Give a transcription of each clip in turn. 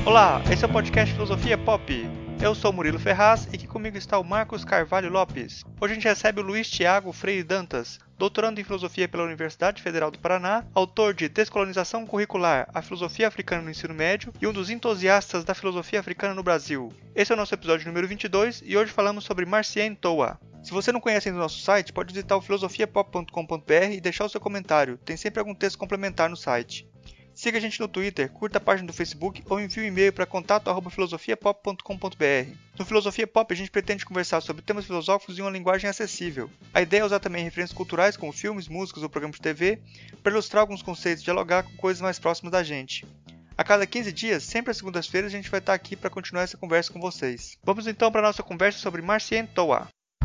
Olá, esse é o podcast Filosofia Pop. Eu sou Murilo Ferraz e aqui comigo está o Marcos Carvalho Lopes. Hoje a gente recebe o Luiz Thiago Freire Dantas, doutorando em Filosofia pela Universidade Federal do Paraná, autor de Descolonização Curricular, a Filosofia Africana no Ensino Médio e um dos entusiastas da filosofia africana no Brasil. Esse é o nosso episódio número 22 e hoje falamos sobre Marcien Toa. Se você não conhece ainda o nosso site, pode visitar o filosofiapop.com.br e deixar o seu comentário, tem sempre algum texto complementar no site. Siga a gente no Twitter, curta a página do Facebook ou envie um e-mail para contato@filosofiapop.com.br. No Filosofia Pop a gente pretende conversar sobre temas filosóficos em uma linguagem acessível. A ideia é usar também referências culturais como filmes, músicas ou programas de TV para ilustrar alguns conceitos e dialogar com coisas mais próximas da gente. A cada 15 dias, sempre às segundas-feiras, a gente vai estar aqui para continuar essa conversa com vocês. Vamos então para a nossa conversa sobre Marcien Toa.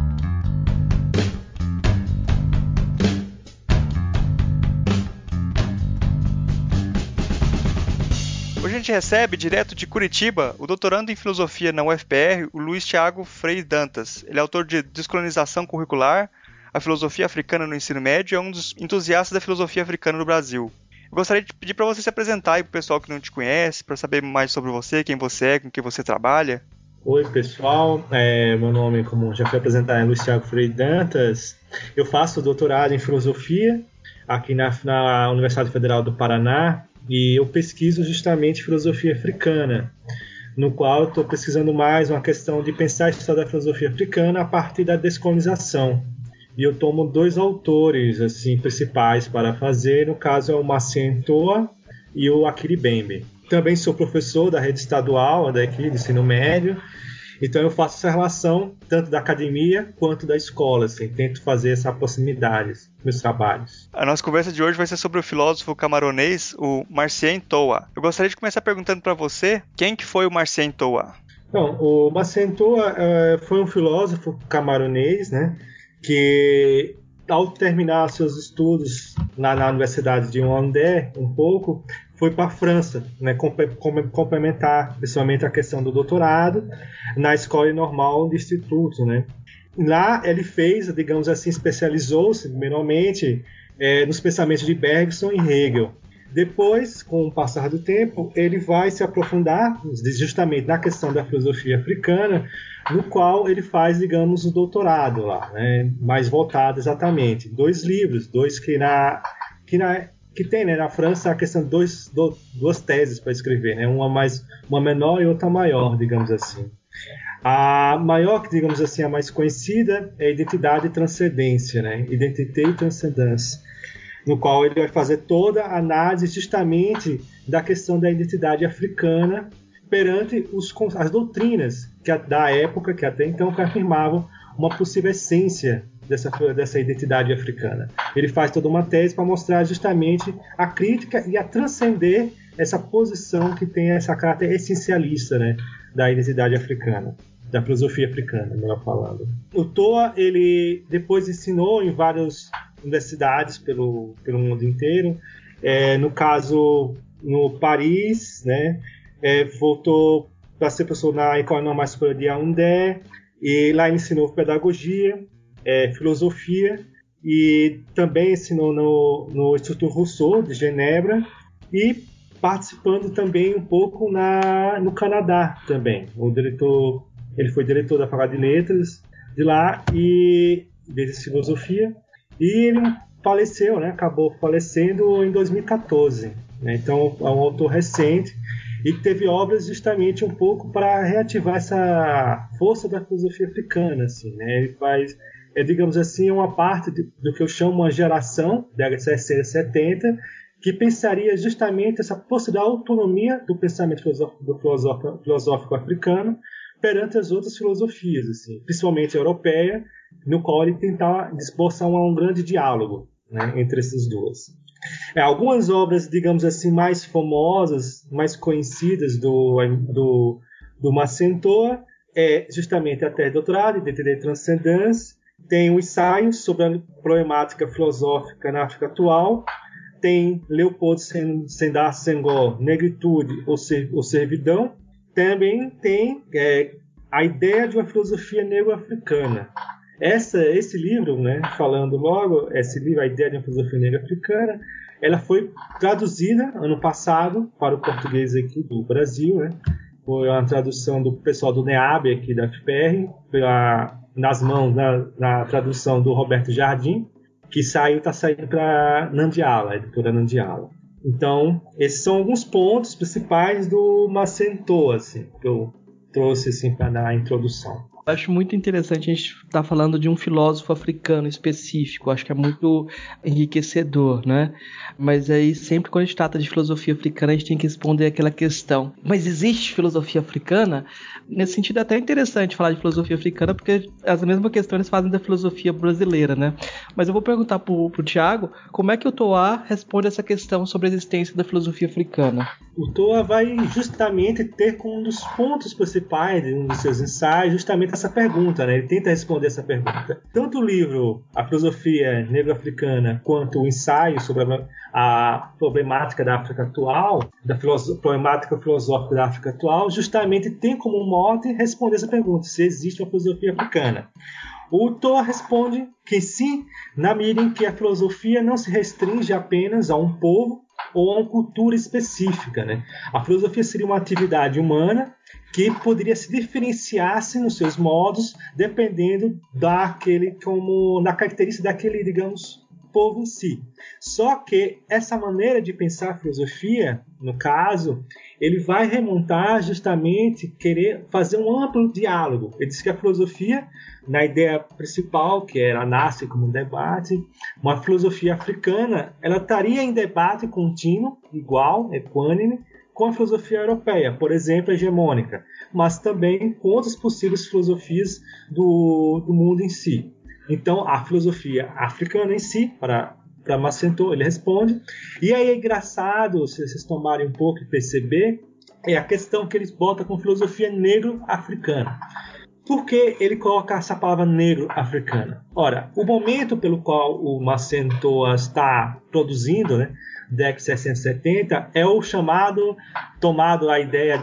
Hoje a gente recebe, direto de Curitiba, o doutorando em filosofia na UFPR, o Luiz Thiago Freire Dantas. Ele é autor de Descolonização Curricular, a filosofia africana no ensino médio e é um dos entusiastas da filosofia africana no Brasil. Eu gostaria de pedir para você se apresentar aí para o pessoal que não te conhece, para saber mais sobre você, quem você é, com quem você trabalha. Oi, pessoal. Meu nome, como já foi apresentado, é Luiz Thiago Freire Dantas. Eu faço doutorado em filosofia aqui na Universidade Federal do Paraná. E eu pesquiso justamente filosofia africana, no qual eu estou pesquisando mais uma questão de pensar a história da filosofia africana a partir da descolonização. E eu tomo dois autores assim, principais para fazer, no caso é o Marcien Toa e o Akili Mbembe. Também sou professor da rede estadual daqui, de ensino médio, então eu faço essa relação tanto da academia quanto da escola, assim, tento fazer essa proximidade nos meus trabalhos. A nossa conversa de hoje vai ser sobre o filósofo camaronês, o Marcien Toa. Eu gostaria de começar perguntando para você, quem que foi o Marcien Toa? Bom, o Marcien Toa foi um filósofo camaronês, né, que ao terminar seus estudos na Universidade de Yaoundé, foi para a França, né, complementar principalmente a questão do doutorado na escola normal de instituto, né. Lá ele fez, digamos assim, especializou-se primeiramente nos pensamentos de Bergson e Hegel. Depois, com o passar do tempo, ele vai se aprofundar justamente na questão da filosofia africana, no qual ele faz, digamos, o doutorado lá, né, mais voltado exatamente. Dois livros, que tem, né, na França a questão de duas teses para escrever, né, uma menor e outra maior, digamos assim. A maior, digamos assim, a mais conhecida é a Identidade e Transcendência, né, Identité e Transcendance, no qual ele vai fazer toda a análise justamente da questão da identidade africana perante as doutrinas da época, que até então afirmavam uma possível essência dessa identidade africana. Ele faz toda uma tese para mostrar justamente a crítica e a transcender essa posição que tem essa caráter essencialista, né, da identidade africana, da filosofia africana, melhor falando. O Toa, ele depois ensinou em várias universidades pelo mundo inteiro, no caso no Paris, né, voltou para ser professor na École Normale Supérieure de Yaoundé, e lá ensinou pedagogia, filosofia, e também ensinou no Instituto Rousseau de Genebra, e participando também um pouco no Canadá também. Ele foi diretor da Faculdade de Letras de lá e de filosofia, e ele faleceu, né, acabou falecendo em 2014. Né, então é um autor recente e que teve obras justamente um pouco para reativar essa força da filosofia africana. Assim, né, ele faz, digamos assim, uma parte do que eu chamo uma geração da década de 60 e 70 que pensaria justamente essa possibilidade da autonomia do pensamento filosófico africano perante as outras filosofias, assim, principalmente a europeia, no qual ele tentava esboçar um grande diálogo, né, entre essas duas. Algumas obras, digamos assim, mais famosas, mais conhecidas do Marcien Toa é justamente a tese de doutorado, Identité et Transcendance, tem um ensaio sobre a problemática filosófica na África atual, tem Leopoldo Sédar Senghor, Negritude ou Servidão, também tem a ideia de uma filosofia negro-africana. Esse livro, né, falando logo, esse livro, A Ideia de uma Filosofia Negra Africana, ela foi traduzida ano passado para o português aqui do Brasil, né? Foi uma tradução do pessoal do NEAB aqui da FPR, nas mãos, na tradução do Roberto Jardim, que está saindo para Nandiala, a editora Nandiala. Então, esses são alguns pontos principais do Macentô, assim, que eu trouxe assim, para dar a introdução. Eu acho muito interessante a gente estar falando de um filósofo africano específico. Acho que é muito enriquecedor, né? Mas aí, sempre quando a gente trata de filosofia africana, a gente tem que responder aquela questão. Mas existe filosofia africana? Nesse sentido, é até interessante falar de filosofia africana, porque as mesmas questões eles fazem da filosofia brasileira, né? Mas eu vou perguntar pro Tiago, como é que o Toa responde essa questão sobre a existência da filosofia africana? O Toa vai justamente ter como um dos pontos principais de um dos seus ensaios justamente essa pergunta, né? Ele tenta responder essa pergunta. Tanto o livro A Filosofia Negro-Africana quanto o ensaio sobre a problemática da África atual, da problemática filosófica da África atual, justamente tem como mote responder essa pergunta, se existe uma filosofia africana. O Toa responde que sim, na medida em que a filosofia não se restringe apenas a um povo ou a uma cultura específica, né? A filosofia seria uma atividade humana que poderia se diferenciar-se nos seus modos, dependendo da característica daquele, digamos, povo em si. Só que essa maneira de pensar a filosofia, no caso, ele vai remontar justamente querer fazer um amplo diálogo. Ele diz que a filosofia, na ideia principal, que ela nasce como um debate, uma filosofia africana, ela estaria em debate contínuo, igual, equânime, com a filosofia europeia, por exemplo, hegemônica, mas também com outras possíveis filosofias do mundo em si. Então, a filosofia africana em si, para Macentô, ele responde. E aí é engraçado, se vocês tomarem um pouco e perceber, é a questão que eles botam com filosofia negro-africana. Por que ele coloca essa palavra negro-africana? Ora, o momento pelo qual o Macentô está produzindo, né, década de 670, é o chamado, tomado a ideia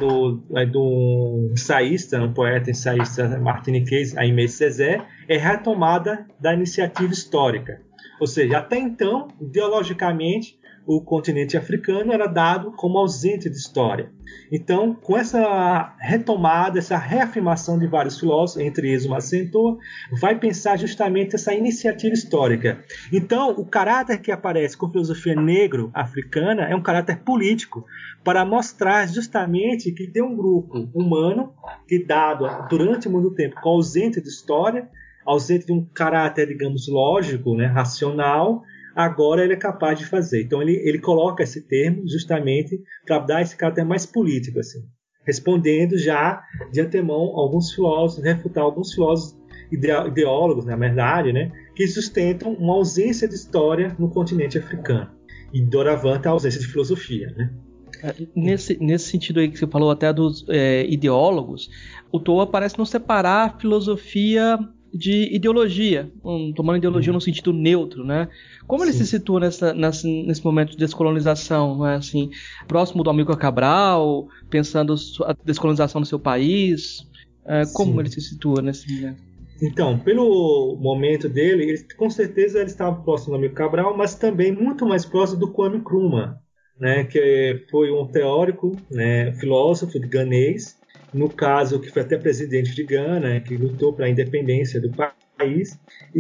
do ensaísta, um poeta ensaísta martiniquês, Aimé Césaire, é retomada da iniciativa histórica. Ou seja, até então, ideologicamente, o continente africano era dado como ausente de história. Então, com essa retomada, essa reafirmação de vários filósofos, entre eles o Macentô, vai pensar justamente essa iniciativa histórica. Então, o caráter que aparece com a filosofia negro-africana é um caráter político, para mostrar justamente que tem um grupo humano que, dado durante muito tempo, ausente de história, ausente de um caráter, digamos, lógico, né, racional, agora ele é capaz de fazer. Então ele coloca esse termo justamente para dar esse caráter mais político, assim, respondendo já de antemão alguns filósofos, refutar alguns filósofos ideólogos, na verdade, né, que sustentam uma ausência de história no continente africano. E doravante a ausência de filosofia, né? Nesse sentido aí que você falou até dos ideólogos, o Toa parece não separar a filosofia de ideologia, tomando ideologia no sentido neutro, né? Como ele se situa nesse momento de descolonização, né? Assim, próximo do Amílcar Cabral, pensando a descolonização do seu país, como ele se situa nesse momento? Então, pelo momento dele, com certeza ele estava próximo do Amílcar Cabral, mas também muito mais próximo do Kwame Nkrumah, né? Que foi um teórico, né, filósofo ganês, no caso, que foi até presidente de Gana, que lutou para a independência do país,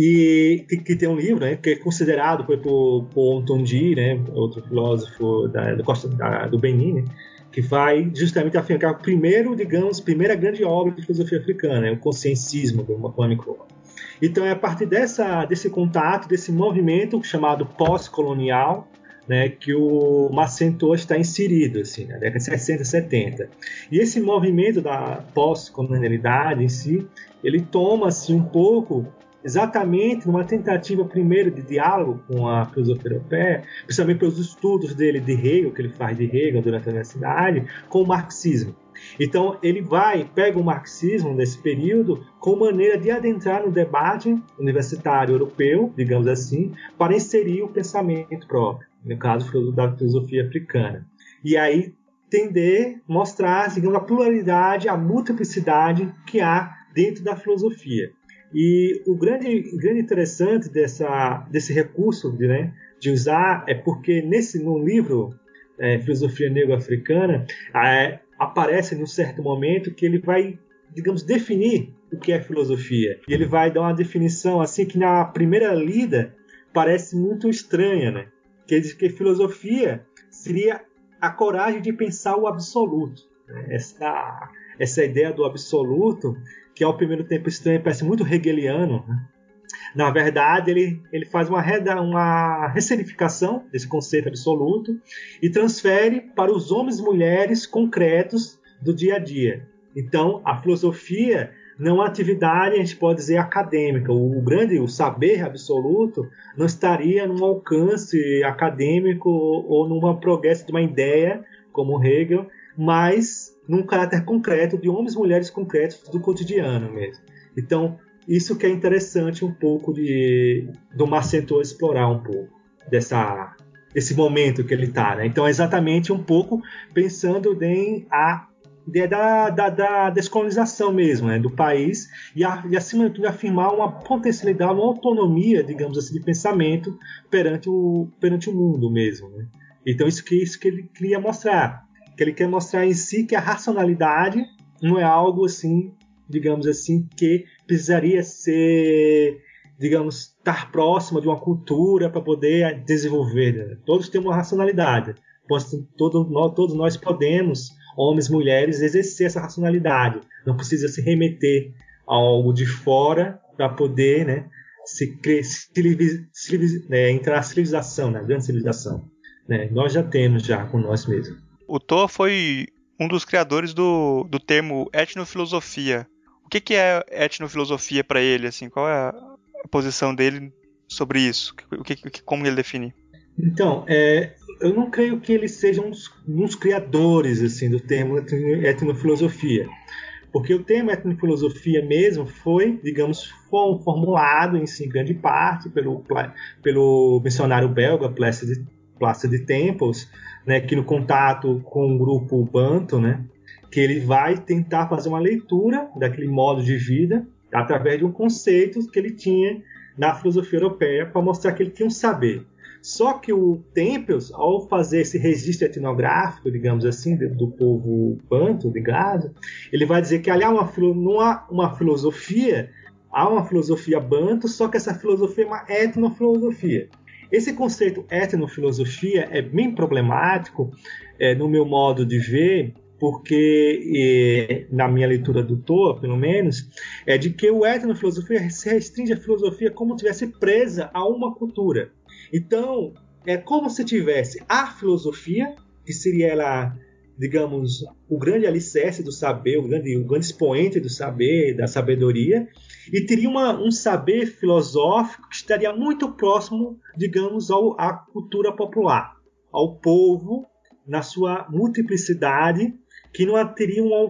e que tem um livro, né, que é considerado por Ontondi, né, outro filósofo do Benin, né, que vai justamente afirmar a primeira grande obra de filosofia africana, o consciencismo do Kwame Nkrumah. Então, é a partir desse contato, desse movimento chamado pós-colonial, né, que o Macentô está inserido, assim, na década de 60, 70. E esse movimento da pós-colonialidade em si, ele toma assim, um pouco, exatamente numa tentativa primeiro de diálogo com a filosofia europeia, principalmente pelos estudos dele de Hegel, que ele faz de Hegel durante a universidade, com o marxismo. Então ele pega o marxismo nesse período como maneira de adentrar no debate universitário europeu, digamos assim, para inserir o pensamento próprio, no caso da filosofia africana. E aí mostrar, digamos, a pluralidade, a multiplicidade que há dentro da filosofia. E o grande interessante desse recurso de usar é porque no livro Filosofia Negro-Africana aparece num certo momento que ele vai, digamos, definir o que é filosofia. E ele vai dar uma definição assim que na primeira lida parece muito estranha, né? Que diz que filosofia seria a coragem de pensar o absoluto. Essa ideia do absoluto, que ao primeiro tempo estranho, parece muito hegeliano, né? Na verdade, ele faz uma ressignificação desse conceito absoluto e transfere para os homens e mulheres concretos do dia a dia. Então, a filosofia não é uma atividade, a gente pode dizer, acadêmica. O saber absoluto não estaria num alcance acadêmico ou num progresso de uma ideia, como Hegel, mas num caráter concreto de homens e mulheres concretos do cotidiano mesmo. Então, isso que é interessante um pouco do Marcentor explorar um pouco desse momento que ele está, né? Então, é exatamente um pouco pensando em a ideia da descolonização mesmo, né, do país e acima de tudo afirmar uma potencialidade, uma autonomia, digamos assim, de pensamento perante o mundo mesmo, né? Então isso que ele queria mostrar, que ele quer mostrar em si que a racionalidade não é algo assim, digamos assim, que precisaria ser, digamos, estar próximo de uma cultura para poder desenvolver, né? Todos têm uma racionalidade, todos nós podemos, homens e mulheres, exercer essa racionalidade. Não precisa se remeter a algo de fora para poder, né, entrar na civilização, na grande civilização. Né? Nós já temos com nós mesmos. O Toa foi um dos criadores do termo etnofilosofia. O que é etnofilosofia para ele? Assim, qual é a posição dele sobre isso? Como ele define? Então, eu não creio que ele seja um dos criadores assim, do termo etnofilosofia, porque o termo etnofilosofia mesmo foi, digamos, formulado em grande parte pelo missionário belga Placide Tempels, né, que no contato com o grupo Banto, né, que ele vai tentar fazer uma leitura daquele modo de vida através de um conceito que ele tinha na filosofia europeia para mostrar que ele tinha um saber. Só que o Tempels, ao fazer esse registro etnográfico, digamos assim, do povo banto, ligado, ele vai dizer que ali não há uma filosofia, há uma filosofia banto, só que essa filosofia é uma etnofilosofia. Esse conceito etnofilosofia é bem problemático, no meu modo de ver, porque, na minha leitura do Toa, pelo menos, é de que o etnofilosofia se restringe à filosofia como se estivesse presa a uma cultura. Então, é como se tivesse a filosofia, que seria ela, digamos, o grande alicerce do saber, o grande expoente do saber, da sabedoria, e teria um saber filosófico que estaria muito próximo, digamos, à cultura popular, ao povo, na sua multiplicidade, que não teria um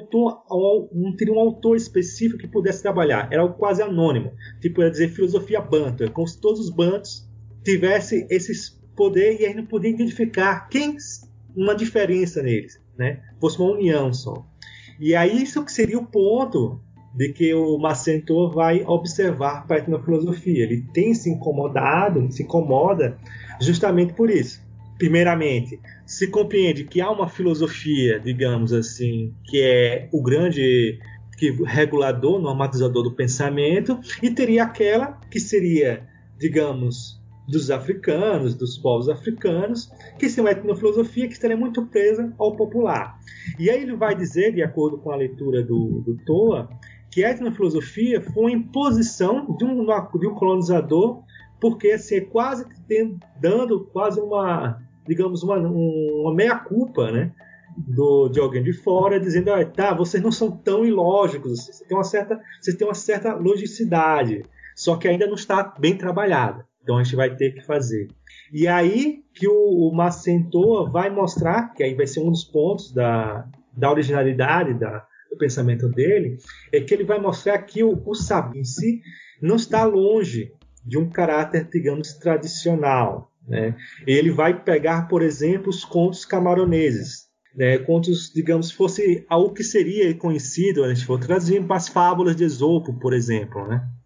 autor específico que pudesse trabalhar. Era algo quase anônimo. Tipo, ia dizer filosofia banto, como se todos os bantos tivesse esse poder e a gente não podia identificar uma diferença neles, né? Fosse uma união só. E aí isso que seria o ponto de que o Marcentor vai observar para a etnofilosofia. Ele se incomoda justamente por isso. Primeiramente, se compreende que há uma filosofia, digamos assim, que é o grande regulador, normatizador do pensamento, e teria aquela que seria, digamos, dos africanos, dos povos africanos, que seria uma etnofilosofia que estaria muito presa ao popular. E aí ele vai dizer, de acordo com a leitura do Toa, que a etnofilosofia foi uma imposição de um colonizador, porque assim, quase dando quase uma, digamos, uma meia-culpa, né, de alguém de fora, dizendo, vocês não são tão ilógicos, vocês têm uma certa logicidade, só que ainda não está bem trabalhada. Então a gente vai ter que fazer. E aí que o Marcentor vai mostrar, que aí vai ser um dos pontos da originalidade do pensamento dele, é que ele vai mostrar que o saber em si não está longe de um caráter, digamos, tradicional, né? Ele vai pegar, por exemplo, os contos camaroneses, né? Contos, digamos, fosse algo que seria conhecido, a gente for traduzir para as fábulas de Esopo, por exemplo, né?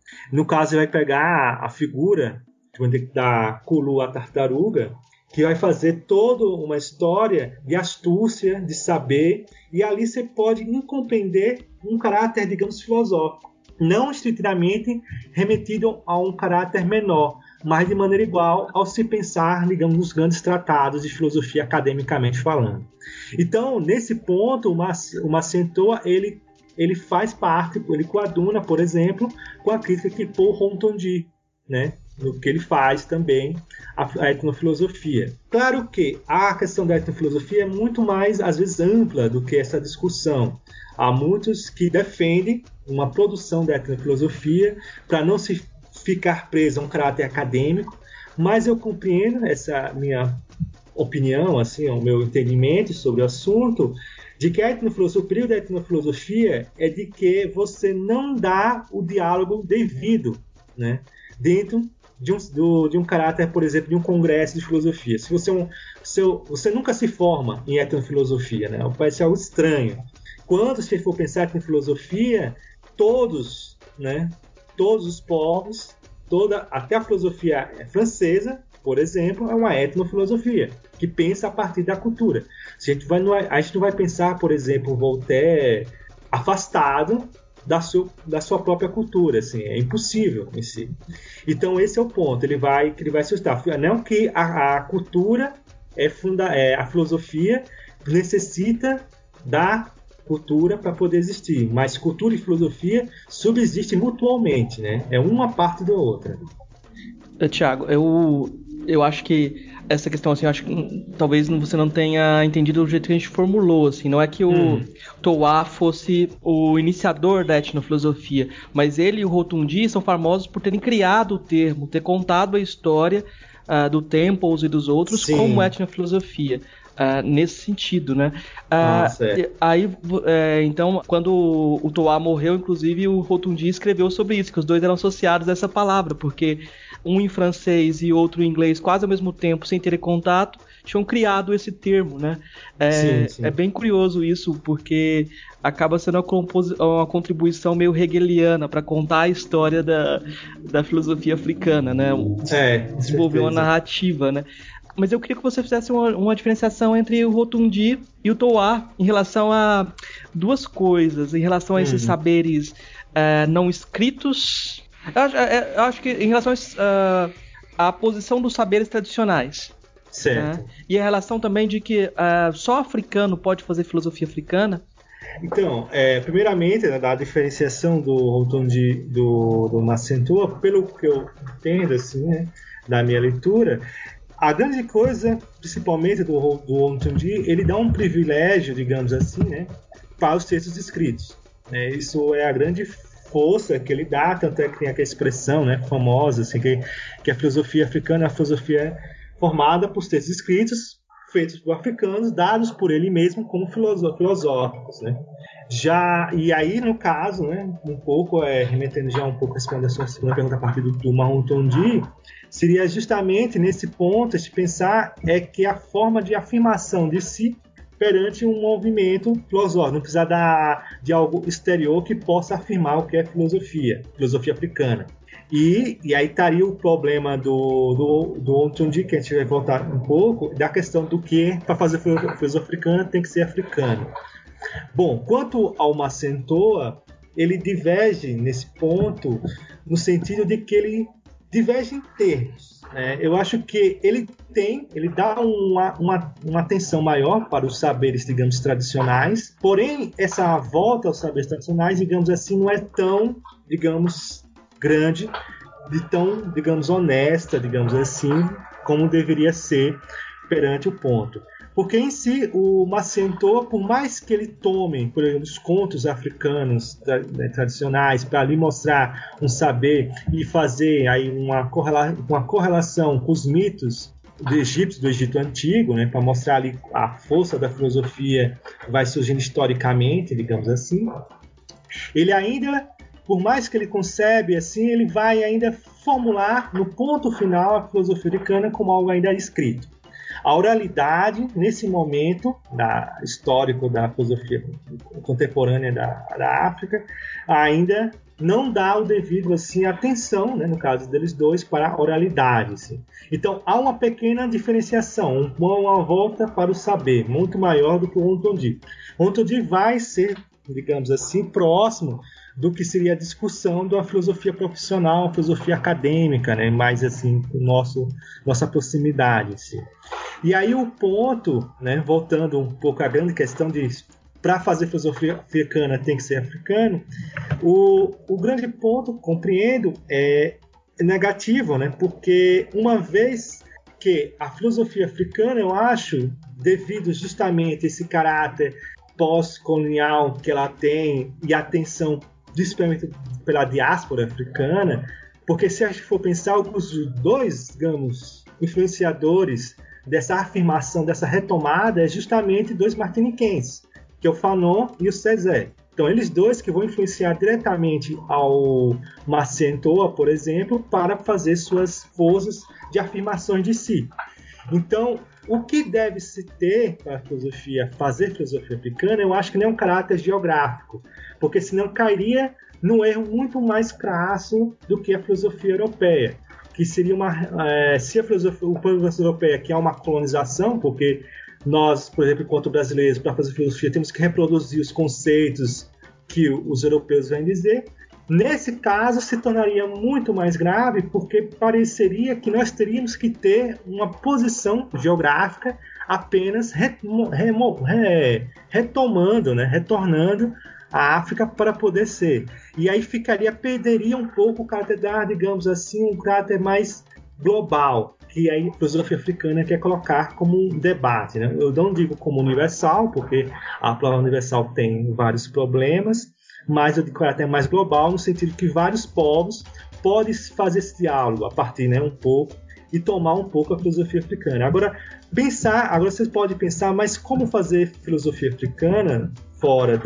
No caso, ele vai pegar a figura da Kulu, a tartaruga, que vai fazer toda uma história de astúcia, de saber, e ali você pode compreender um caráter, digamos, filosófico. Não estritamente remetido a um caráter menor, mas de maneira igual ao se pensar, digamos, nos grandes tratados de filosofia academicamente falando. Então, nesse ponto, o Massentoa, ele faz parte, ele coaduna, por exemplo, com a crítica que Paul Hontondi, né, no que ele faz também a etnofilosofia. Claro que a questão da etnofilosofia é muito mais, às vezes, ampla do que essa discussão. Há muitos que defendem uma produção da etnofilosofia para não se ficar preso a um caráter acadêmico, mas eu compreendo essa minha opinião, assim, o meu entendimento sobre o assunto, de que a etnofilosofia, o período da etnofilosofia é de que você não dá o diálogo devido, né, dentro de um caráter, por exemplo, de um congresso de filosofia. Se você nunca se forma em etnofilosofia, né, parece algo estranho. Quando você for pensar em filosofia, todos os povos, até a filosofia francesa, por exemplo, é uma etnofilosofia, que pensa a partir da cultura. A gente não vai pensar, por exemplo, Voltaire afastado da sua própria cultura, assim, é impossível em si. Então esse é o ponto, ele vai assustar. Não que a cultura a filosofia necessita da cultura para poder existir, mas cultura e filosofia subsistem mutuamente, né? É uma parte da outra. Tiago, eu acho que essa questão, assim, eu acho que talvez você não tenha entendido do jeito que a gente formulou, assim, não é que o Toa fosse o iniciador da etnofilosofia, mas ele e o Rotundi são famosos por terem criado o termo, ter contado a história do Temples e dos outros. Sim. Como etnofilosofia. Nesse sentido, né? Aí, então, quando o Toa morreu, inclusive, o Rotundi escreveu sobre isso, que os dois eram associados a essa palavra, porque um em francês e outro em inglês, quase ao mesmo tempo, sem terem contato, tinham criado esse termo, né? Sim. É bem curioso isso, porque acaba sendo uma contribuição meio hegeliana para contar a história da filosofia africana, né? Desenvolver uma narrativa, né? Mas eu queria que você fizesse uma diferenciação entre o Rotundi e o Toa em relação a duas coisas, em relação a esses saberes não escritos. Eu acho que em relação à posição dos saberes tradicionais. Certo. Né? E a relação também de que só africano pode fazer filosofia africana. Então, primeiramente, da diferenciação do Rotundi do Massentoa, pelo que eu entendo, assim, né, da minha leitura, a grande coisa, principalmente do Rotundi, ele dá um privilégio, digamos assim, né, para os textos escritos. Isso é a grande força que ele dá, tanto é que tem aquela expressão, né, famosa, assim, que a filosofia africana é a filosofia formada por textos escritos, feitos por africanos, dados por ele mesmo como filosóficos, né? E aí, no caso, né, um pouco, remetendo já um pouco, respondendo a sua segunda pergunta a partir do Rotundi, seria justamente nesse ponto de pensar que a forma de afirmação de si perante um movimento filosófico, não precisa de algo exterior que possa afirmar o que é filosofia africana. E aí estaria o problema do Rotundi, que a gente vai voltar um pouco, da questão do que, para fazer filosofia africana, tem que ser africano. Bom, quanto ao Massentoa, ele diverge nesse ponto, no sentido de que ele diverge em termos. Eu acho que ele dá uma atenção maior para os saberes, digamos, tradicionais, porém, essa volta aos saberes tradicionais, digamos assim, não é tão, digamos, grande, tão, digamos, honesta, digamos assim, como deveria ser perante o ponto. Porque em si, o Massentoa, por mais que ele tome, por exemplo, os contos africanos tradicionais para ali mostrar um saber e fazer aí uma correlação com os mitos do Egito Antigo, né, para mostrar ali a força da filosofia que vai surgindo historicamente, digamos assim, ele ainda, por mais que ele concebe assim, ele vai ainda formular no ponto final a filosofia africana como algo ainda escrito. A oralidade, nesse momento histórico da filosofia contemporânea da África, ainda não dá o devido assim, atenção, né, no caso deles dois, para a oralidade. Assim. Então, há uma pequena diferenciação, uma volta para o saber, muito maior do que o Ontodi. O Ontodi vai ser, digamos assim, próximo do que seria a discussão de uma filosofia profissional, uma filosofia acadêmica, né, mais assim, com nossa proximidade. Assim. E aí o ponto, né, voltando um pouco à grande questão de para fazer filosofia africana tem que ser africano, o grande ponto, compreendo, é negativo, né? Porque uma vez que a filosofia africana, eu acho, devido justamente a esse caráter pós-colonial que ela tem e a atenção principalmente pela diáspora africana, porque se a gente for pensar, os dois, digamos, influenciadores dessa afirmação, dessa retomada, é justamente dois martiniquenses, que é o Fanon e o Césaire. Então, eles dois que vão influenciar diretamente ao Marcien Toa, por exemplo, para fazer suas forças de afirmações de si. Então, o que deve se ter para a filosofia, fazer filosofia africana, eu acho que nem é um caráter geográfico, porque senão cairia num erro muito mais crasso do que a filosofia europeia, que seria se a filosofia europeia que é uma colonização, porque nós, por exemplo, enquanto brasileiros, para fazer filosofia, temos que reproduzir os conceitos que os europeus vêm dizer. Nesse caso, se tornaria muito mais grave, porque pareceria que nós teríamos que ter uma posição geográfica apenas retomando, né, retornando a África para poder ser. E aí perderia um pouco o caráter, digamos assim, um caráter mais global, que a filosofia africana quer colocar como um debate. Né? Eu não digo como universal, porque a palavra universal tem vários problemas, mas eu digo até mais global, no sentido que vários povos podem fazer esse diálogo a partir, né, um pouco, e tomar um pouco a filosofia africana. Agora você pode pensar, mas como fazer filosofia africana fora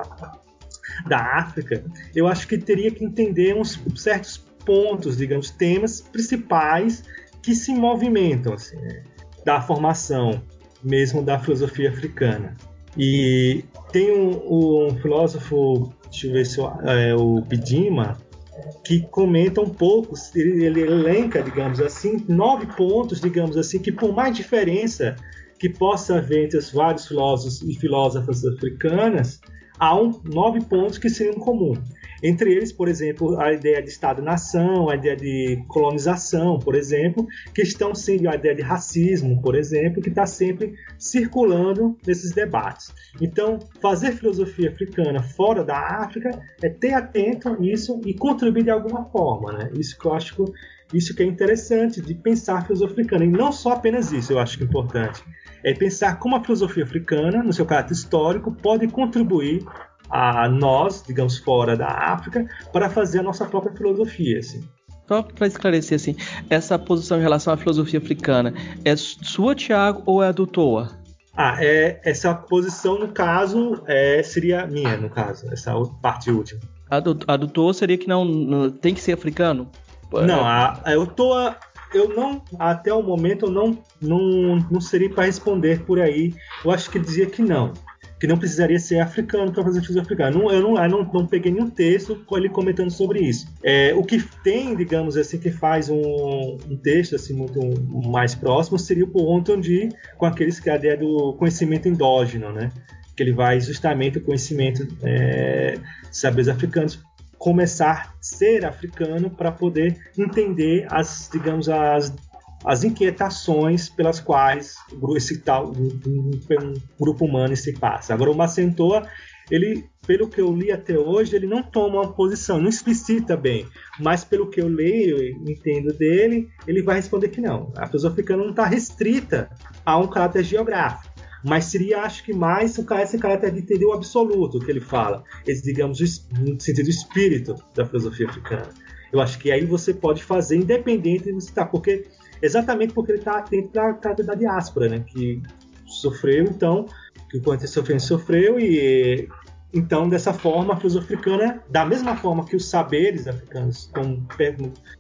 da África? Eu acho que teria que entender uns certos pontos, digamos, temas principais que se movimentam assim, né, da formação mesmo da filosofia africana. E tem um filósofo, deixa eu ver se o Bidima, que comenta um pouco, ele elenca, digamos assim, 9 pontos, digamos assim, que por mais diferença que possa haver entre os vários filósofos e filósofas africanas, há 9 pontos que seriam comum. Entre eles, por exemplo, a ideia de Estado-nação, a ideia de colonização, por exemplo, que estão sendo a ideia de racismo, por exemplo, que está sempre circulando nesses debates. Então, fazer filosofia africana fora da África é ter atento a isso e contribuir de alguma forma, né? Isso que eu acho que é interessante de pensar a filosofia africana. E não só apenas isso, eu acho que é importante. É pensar como a filosofia africana, no seu caráter histórico, pode contribuir a nós, digamos, fora da África, para fazer a nossa própria filosofia. Assim. Só para esclarecer, assim, essa posição em relação à filosofia africana é sua, Thiago, ou é a do Toa? Essa posição, no caso, seria minha, no caso, essa parte última. A do Toa seria que não tem que ser africano? Não, o Toa, eu não, até o momento, eu não seria para responder por aí. Eu acho que ele dizia que não precisaria ser africano para fazer filosofia africana. Eu não peguei nenhum texto com ele comentando sobre isso. O que tem, digamos assim, que faz um texto assim, muito mais próximo seria o Ontodi, com aqueles que é a ideia do conhecimento endógeno, né? Que ele vai justamente o conhecimento de saberes africanos começar a ser africano para poder entender as inquietações pelas quais um grupo humano se passa. Agora, o Marcien Toa, ele, pelo que eu li até hoje, ele não toma uma posição, não explicita bem, mas pelo que eu leio e entendo dele, ele vai responder que não. A filosofia africana não está restrita a um caráter geográfico, mas seria, acho que mais esse caráter de entender o absoluto que ele fala, digamos, no sentido do espírito da filosofia africana. Eu acho que aí você pode fazer independente de você estar, exatamente porque ele está atento para a caráter da diáspora, né? Que sofreu, então, que o quanto sofreu, e então, dessa forma, a filosofia africana, da mesma forma que os saberes africanos estão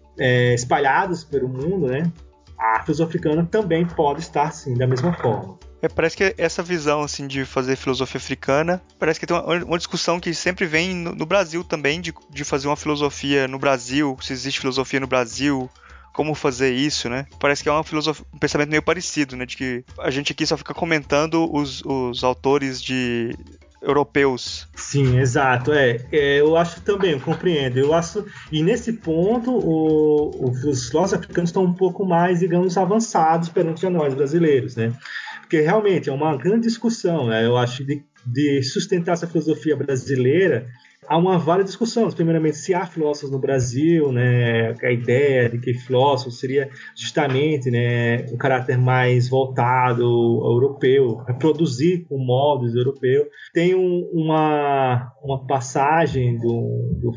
espalhados pelo mundo, né? A filosofia africana também pode estar, sim, da mesma forma. Parece que essa visão, assim, de fazer filosofia africana, parece que tem uma discussão que sempre vem no Brasil também, de fazer uma filosofia no Brasil, se existe filosofia no Brasil, como fazer isso, né? Parece que é um pensamento meio parecido, né? De que a gente aqui só fica comentando os autores europeus. Sim, exato. Eu acho também, eu compreendo. Eu acho, e nesse ponto, os filósofos africanos estão um pouco mais, digamos, avançados perante a nós brasileiros, né? Porque realmente é uma grande discussão, né? Eu acho de sustentar essa filosofia brasileira. Há uma várias discussões. Primeiramente, se há filósofos no Brasil, né? A ideia de que filósofo seria justamente, né, um caráter mais voltado ao europeu, reproduzir com modos europeus. Tem uma passagem de um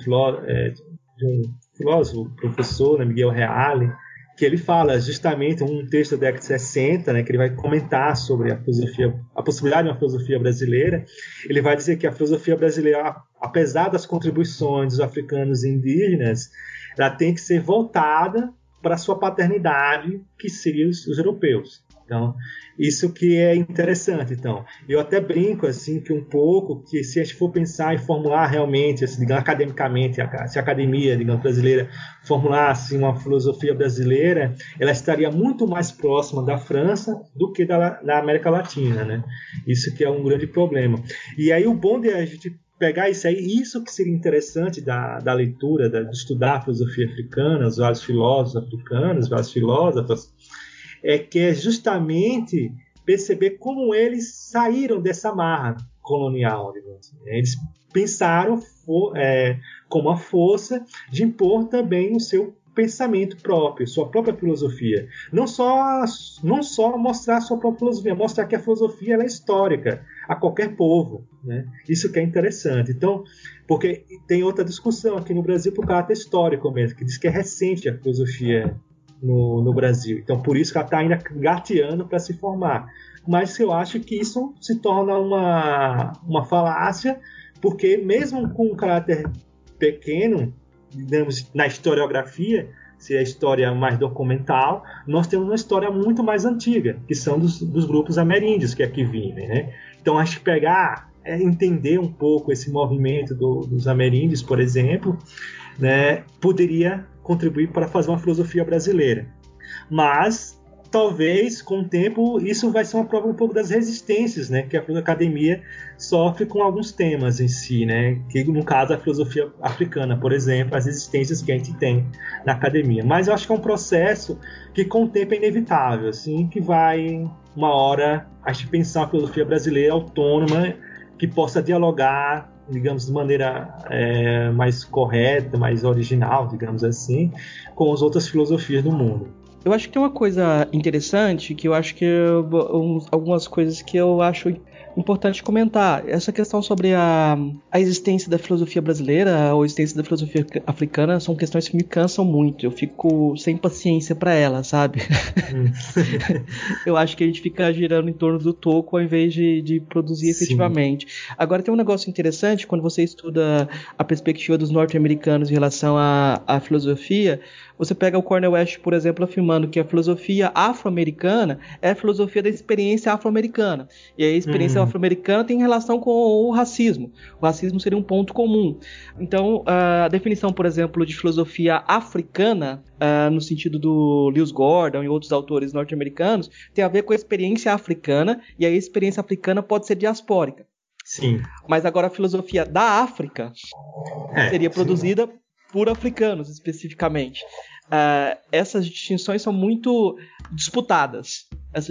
filósofo, professor, né, Miguel Reale, que ele fala justamente um texto da década de 60, né, que ele vai comentar sobre a possibilidade de uma filosofia brasileira. Ele vai dizer que a filosofia brasileira, apesar das contribuições dos africanos e indígenas, ela tem que ser voltada para a sua paternidade, que seriam os europeus. Então, isso que é interessante. Então, eu até brinco assim que um pouco que se a gente for pensar e formular realmente, assim, digamos, academicamente, se a academia, digamos, brasileira formulasse uma filosofia brasileira, ela estaria muito mais próxima da França do que da América Latina, né? Isso que é um grande problema. E aí o bom de a gente pegar isso aí, isso que seria interessante da leitura, de estudar a filosofia africana, os vários filósofos africanos, vários filósofos, que é justamente perceber como eles saíram dessa marra colonial, digamos assim. Eles pensaram como a força de impor também o seu pensamento próprio, sua própria filosofia. Não só mostrar a sua própria filosofia, mostrar que a filosofia ela é histórica a qualquer povo, né? Isso que é interessante. Então, porque tem outra discussão aqui no Brasil por caráter histórico mesmo, que diz que é recente a filosofia no Brasil. Então, por isso que ela está ainda gateando para se formar. Mas eu acho que isso se torna uma falácia, porque mesmo com um caráter pequeno, digamos, na historiografia, se é a história mais documental, nós temos uma história muito mais antiga, que são dos grupos ameríndios que aqui vivem, né? Então, acho que entender um pouco esse movimento dos ameríndios, por exemplo, né, poderia contribuir para fazer uma filosofia brasileira. Mas, talvez, com o tempo, isso vai ser uma prova um pouco das resistências, né, que a academia sofre com alguns temas em si, né, que no caso a filosofia africana, por exemplo, as resistências que a gente tem na academia. Mas eu acho que é um processo que com o tempo é inevitável, assim, que vai, uma hora, a gente pensar uma filosofia brasileira autônoma, que possa dialogar, digamos, de maneira mais correta, mais original, digamos assim, com as outras filosofias do mundo. Eu acho que tem uma coisa interessante, que eu acho que algumas coisas que eu acho importante comentar. Essa questão sobre a existência da filosofia brasileira ou a existência da filosofia africana são questões que me cansam muito. Eu fico sem paciência para elas, sabe? Eu acho que a gente fica girando em torno do toco ao invés de produzir efetivamente. Agora tem um negócio interessante, quando você estuda a perspectiva dos norte-americanos em relação à filosofia. Você pega o Cornel West, por exemplo, afirmando que a filosofia afro-americana é a filosofia da experiência afro-americana. E a experiência afro-americana tem relação com o racismo. O racismo seria um ponto comum. Então, a definição, por exemplo, de filosofia africana, no sentido do Lewis Gordon e outros autores norte-americanos, tem a ver com a experiência africana, e a experiência africana pode ser diaspórica. Sim. Mas agora a filosofia da África seria produzida por africanos, especificamente. Essas distinções são muito disputadas.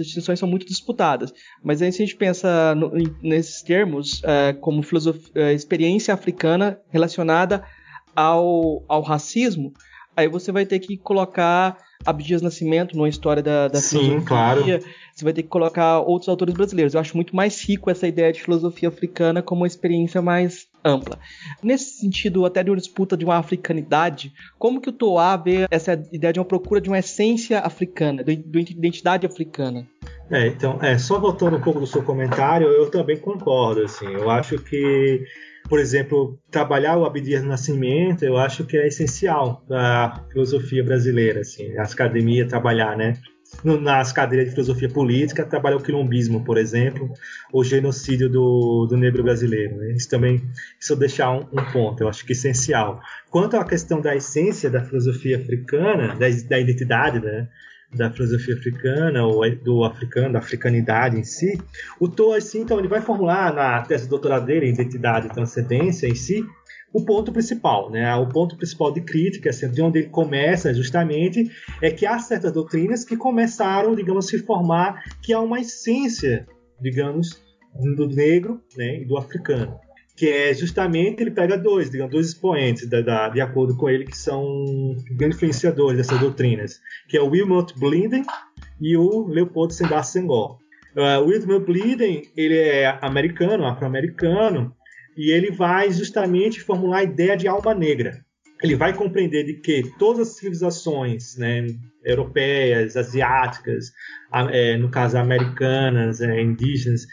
Mas aí, se a gente pensa nesses termos, como experiência africana relacionada ao racismo, aí você vai ter que colocar Abdias Nascimento numa história da filosofia. Claro. Você vai ter que colocar outros autores brasileiros. Eu acho muito mais rico essa ideia de filosofia africana como uma experiência mais ampla. Nesse sentido, até de uma disputa de uma africanidade, como que o Toá vê essa ideia de uma procura de uma essência africana, de identidade africana? Então, só voltando um pouco do seu comentário, eu também concordo. Assim, eu acho que, por exemplo, trabalhar o Abdias Nascimento, eu acho que é essencial para a filosofia brasileira, assim, a academia trabalhar, né? nas cadeiras de filosofia política, trabalha o quilombismo, por exemplo, o genocídio do negro brasileiro. Né? Isso deixar um ponto, eu acho que essencial. Quanto à questão da essência da filosofia africana, da identidade, né, da filosofia africana, ou do africano, da africanidade em si, o Toa, assim, então, ele vai formular na tese de doutorado dele, Identidade e Transcendência em si, o ponto principal, né? O ponto principal de crítica, assim, de onde ele começa justamente, é que há certas doutrinas que começaram, digamos, a se formar, que há uma essência, digamos, do negro, né, e do africano, que é justamente, ele pega dois expoentes, de acordo com ele, que são grandes influenciadores dessas doutrinas, que é o Wilmot Blinden e o Leopold Sédar Senghor. O Wilmot Blinden, ele é americano, afro-americano, e ele vai justamente formular a ideia de alma negra. Ele vai compreender de que todas as civilizações, né, europeias, asiáticas, no caso americanas, indígenas,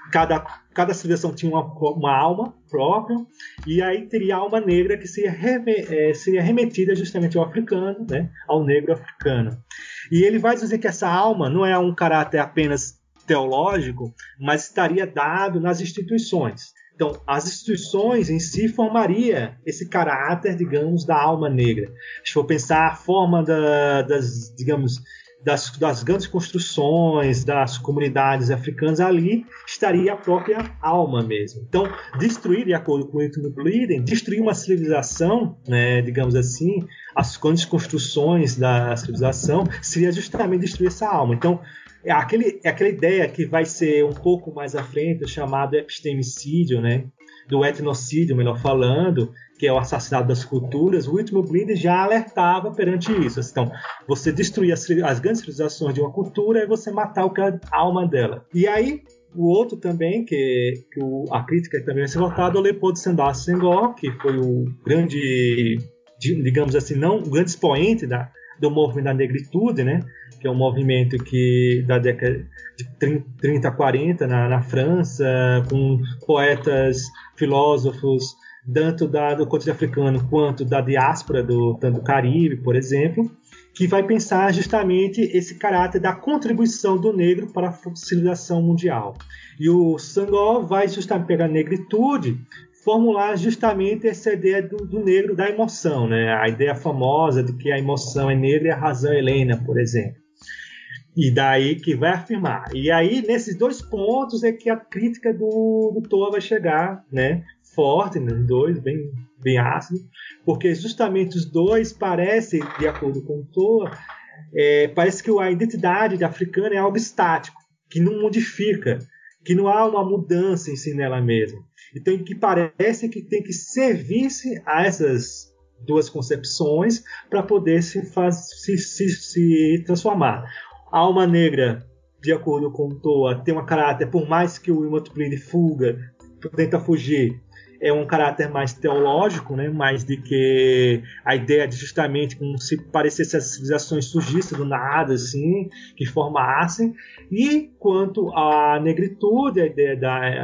cada civilização tinha uma alma própria, e aí teria a alma negra que seria remetida justamente ao africano, né, ao negro africano. E ele vai dizer que essa alma não é um caráter apenas teológico, mas estaria dado nas instituições. Então, as instituições em si formaria esse caráter, digamos, da alma negra. Se for pensar a forma das grandes construções, das comunidades africanas, ali estaria a própria alma mesmo. Então, destruir, de acordo com o Wilmot Blinden, destruir uma civilização, né, digamos assim, as grandes construções da civilização, seria justamente destruir essa alma. Então, é aquela ideia que vai ser um pouco mais à frente, chamado epistemicídio, né? Do etnocídio, melhor falando, que é o assassinato das culturas. O Wilmot Blinden já alertava perante isso. Então, você destruir as grandes civilizações de uma cultura é você matar a alma dela. E aí, o outro também, a crítica também vai ser voltada ao Leopold Sédar Senghor, que foi o grande, digamos assim, não o grande expoente do movimento da negritude, né? Que é um movimento da década de 30 a 40 na França, com poetas, filósofos, tanto do continente africano quanto da diáspora tanto do Caribe, por exemplo, que vai pensar justamente esse caráter da contribuição do negro para a civilização mundial. E o Senghor vai justamente pegar a negritude, formular justamente essa ideia do negro, da emoção, né? A ideia famosa de que a emoção é negra e a razão é helena, por exemplo. E daí que vai afirmar. E aí, nesses dois pontos, é que a crítica do Toa vai chegar, né? Forte, né? Dois, bem ácido, porque justamente os dois parecem, de acordo com o Toa, parece que a identidade africana é algo estático, que não modifica, que não há uma mudança em si nela mesma. Então, que parece que tem que servir-se a essas duas concepções para poder se transformar. A alma negra, de acordo com o Toa, tem um caráter, por mais que o Wilmot Blinden tenta fugir, é um caráter mais teológico, né? Mais de que a ideia de justamente como se parecesse as civilizações surgissem do nada, assim, que formassem. E quanto à negritude, a ideia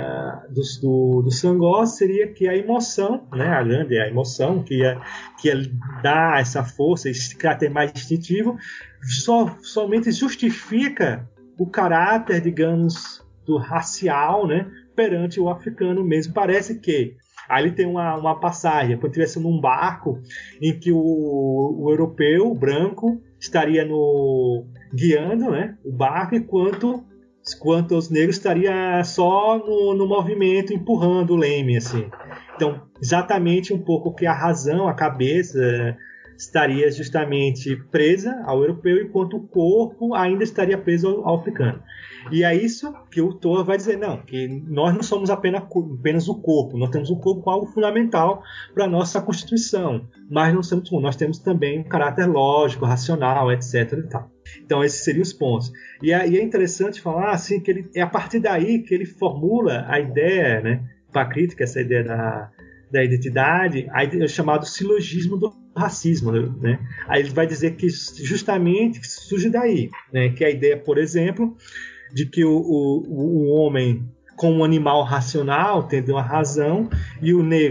do Senghor seria que a emoção, né? A emoção que ia dar essa força, esse caráter mais instintivo, somente justifica o caráter, digamos, do racial, né? Perante o africano mesmo. Parece que ali tem uma passagem, quando estivesse num barco em que o europeu, o branco, estaria guiando, né, o barco, enquanto os negros estariam só no movimento, empurrando o leme, assim. Então, exatamente um pouco que a razão, a cabeça, estaria justamente presa ao europeu, enquanto o corpo ainda estaria preso ao africano. E é isso que o Toa vai dizer, não, que nós não somos apenas o corpo, nós temos o corpo como algo fundamental para a nossa constituição, mas nós temos também um caráter lógico, racional, etc. E tal. Então, esses seriam os pontos. E é interessante falar assim, que é a partir daí que ele formula a ideia, né, para a crítica, essa ideia da identidade, é chamado silogismo do racismo, né? Aí ele vai dizer que justamente surge daí, né? Que a ideia, por exemplo, de que o homem, como um animal racional, tendo uma razão, e o negro,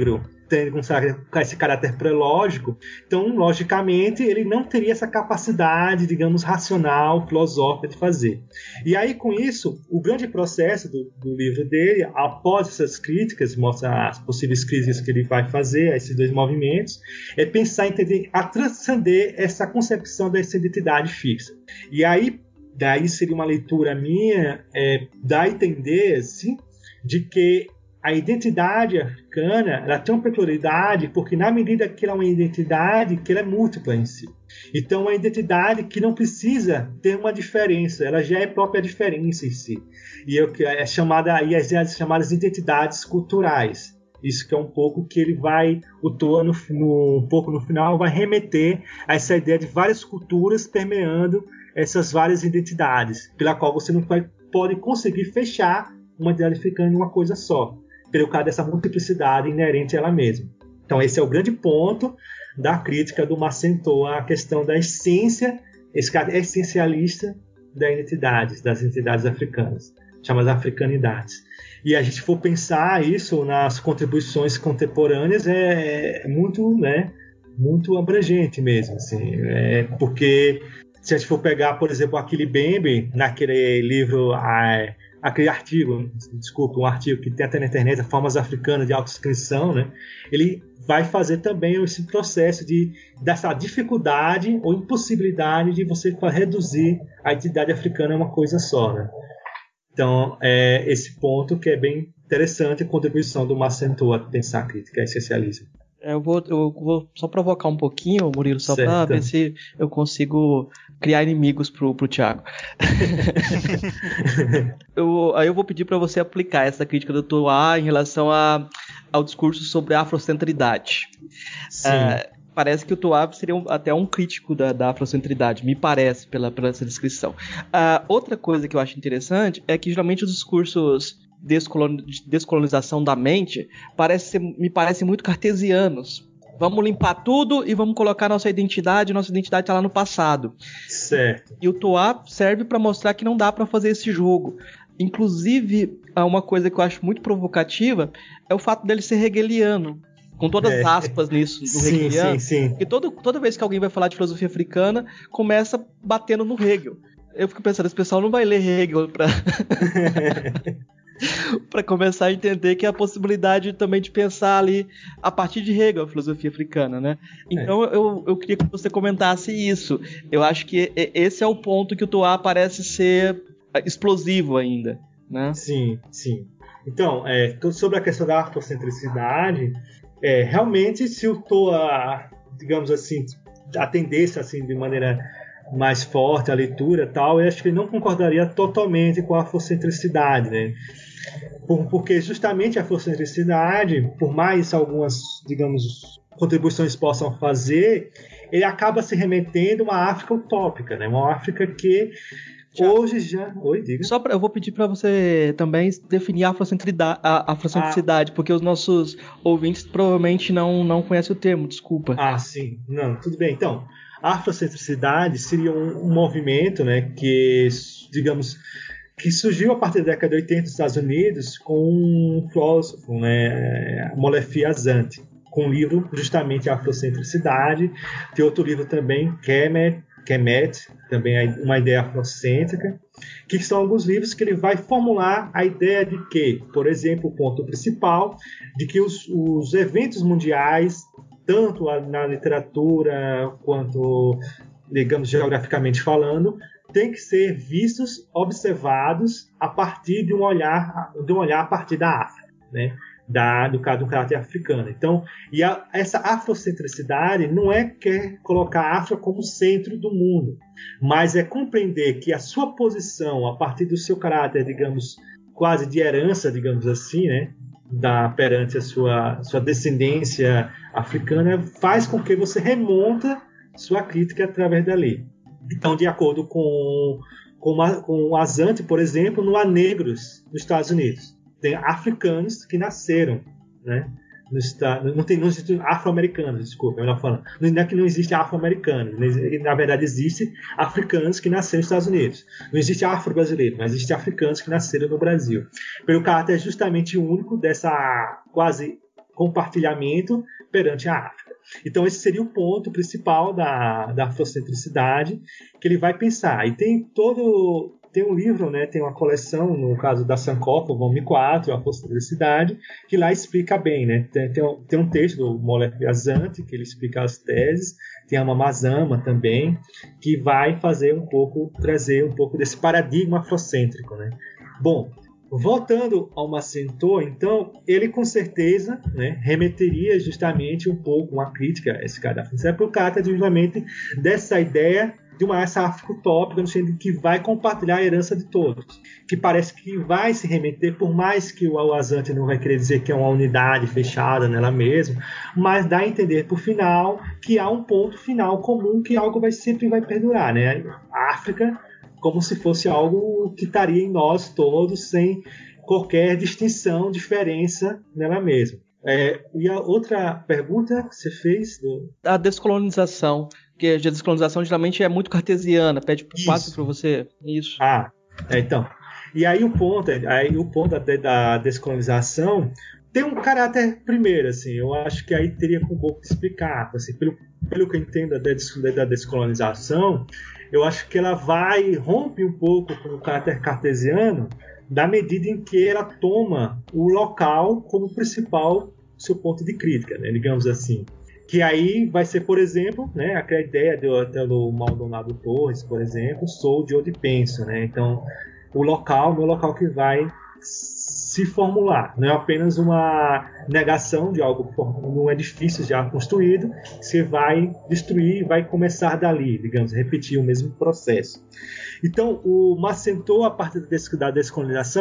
tendo esse caráter pré-lógico, então, logicamente, ele não teria essa capacidade, digamos, racional, filosófica de fazer. E aí, com isso, o grande processo do livro dele, após essas críticas, mostra as possíveis críticas que ele vai fazer a esses dois movimentos, é pensar, entender, a transcender essa concepção dessa identidade fixa. E aí, daí seria uma leitura minha, dá a entender, assim, de que a identidade africana, ela tem uma peculiaridade porque na medida que ela é uma identidade que ela é múltipla em si. Então, é uma identidade que não precisa ter uma diferença, ela já é própria diferença em si. E é chamada aí as chamadas identidades culturais. Isso que é um pouco que ele vai, o Toa, um pouco no final, vai remeter a essa ideia de várias culturas permeando essas várias identidades, pela qual você não pode conseguir fechar uma identidade africana em uma coisa só, pelo caso dessa multiplicidade inerente a ela mesma. Então, esse é o grande ponto da crítica do Macen Toa à questão da essência, esse cara é essencialista das entidades africanas, chamadas africanidades. E a gente for pensar isso nas contribuições contemporâneas, é muito, né, muito abrangente mesmo, assim, porque se a gente for pegar, por exemplo, Achille Mbembe, naquele livro, aquele artigo, desculpa, um artigo que tem até na internet, Formas Africanas de Autodescrição, né? Ele vai fazer também esse processo dessa dificuldade ou impossibilidade de você reduzir a identidade africana a uma coisa só, né? Então, esse ponto que é bem interessante, a contribuição do Macen Toa a pensar a crítica essencialismo. Eu vou só provocar um pouquinho, Murilo, só para ver se eu consigo criar inimigos pro Thiago. Aí eu vou pedir para você aplicar essa crítica do Toa em relação ao discurso sobre a afrocentridade. Parece que o Toa seria até um crítico da afrocentridade, me parece, pela essa descrição. Outra coisa que eu acho interessante é que geralmente os discursos de descolonização da mente me parecem muito cartesianos. Vamos limpar tudo e vamos colocar nossa identidade está lá no passado. Certo. E o Toa serve para mostrar que não dá para fazer esse jogo. Inclusive, uma coisa que eu acho muito provocativa é o fato dele ser hegeliano. Com todas as aspas nisso, do hegeliano. Sim. Porque toda vez que alguém vai falar de filosofia africana, começa batendo no Hegel. Eu fico pensando, esse pessoal não vai ler Hegel para começar a entender que é a possibilidade também de pensar ali a partir de Hegel, a filosofia africana, né? Então eu queria que você comentasse isso. Eu acho que esse é o ponto que o Toa parece ser explosivo ainda, né? Sim. Então, sobre a questão da afrocentricidade, realmente se o Toa, digamos assim, atendesse assim de maneira mais forte a leitura e tal, eu acho que ele não concordaria totalmente com a afrocentricidade, né? Porque justamente a afrocentricidade, por mais algumas, digamos, contribuições possam fazer, ele acaba se remetendo a uma África utópica, né? Uma África que hoje já... Oi, diga. Eu vou pedir para você também definir a afrocentricidade, porque os nossos ouvintes provavelmente não conhecem o termo, desculpa. Sim. Não, tudo bem. Então, a afrocentricidade seria um movimento, né, que, digamos, que surgiu a partir da década de 80 nos Estados Unidos com um filósofo, né, Molefi Asante, com um livro justamente Afrocentricidade. Tem outro livro também, Kemet, também uma ideia afrocêntrica, que são alguns livros que ele vai formular a ideia de que, por exemplo, o ponto principal, de que os eventos mundiais, tanto na literatura quanto, digamos, geograficamente falando, têm que ser vistos, observados a partir de um olhar a partir da África, né? Do caráter africano. Então, essa afrocentricidade não é quer colocar a África como centro do mundo, mas é compreender que a sua posição, a partir do seu caráter, digamos, quase de herança, digamos assim, né, perante a sua descendência africana, faz com que você remonta sua crítica através dali. Então, de acordo com o Asante, por exemplo, não há negros nos Estados Unidos. Tem africanos que nasceram, né? Não existe afro-americanos, desculpa, melhor falando. Não é que não existe afro-americano, na verdade existe africanos que nasceram nos Estados Unidos. Não existe afro-brasileiro, mas existe africanos que nasceram no Brasil. Pelo caráter justamente único dessa quase compartilhamento perante a África. Então esse seria o ponto principal da afrocentricidade que ele vai pensar. E tem um livro, né, tem uma coleção, no caso da Sankofa, o volume 4, a Afrocentricidade, que lá explica bem, né? Tem um texto do Molefe Viazante, que ele explica as teses, tem a Mamazama também, que vai trazer um pouco desse paradigma afrocêntrico, né? Bom, voltando ao Massentor, então, ele com certeza, né, remeteria justamente um pouco uma crítica a esse cara da França, por causa justamente dessa ideia de uma raça afro-utópica, no sentido que vai compartilhar a herança de todos, que parece que vai se remeter, por mais que o Al-Azante não vai querer dizer que é uma unidade fechada nela mesma, mas dá a entender, por final, que há um ponto final comum, que algo sempre vai perdurar, né? A África, como se fosse algo que estaria em nós todos, sem qualquer distinção, diferença nela mesma. E a outra pergunta que você fez? A descolonização, porque a descolonização geralmente é muito cartesiana, pede quase para você. Isso. Então. E aí o ponto da descolonização tem um caráter primeiro, assim, eu acho que aí teria um pouco de explicar, assim, pelo que eu entendo da descolonização, eu acho que ela rompe um pouco com o caráter cartesiano, da medida em que ela toma o local como principal seu ponto de crítica, né, digamos assim. Que aí vai ser, por exemplo, né, aquela ideia do Maldonado Torres, por exemplo, sou de onde penso, né? Então, meu local que vai se formular, não é apenas uma negação de algo, um edifício já construído, você vai destruir e vai começar dali, digamos, repetir o mesmo processo. Então, o Massentor, a partir da descolonização,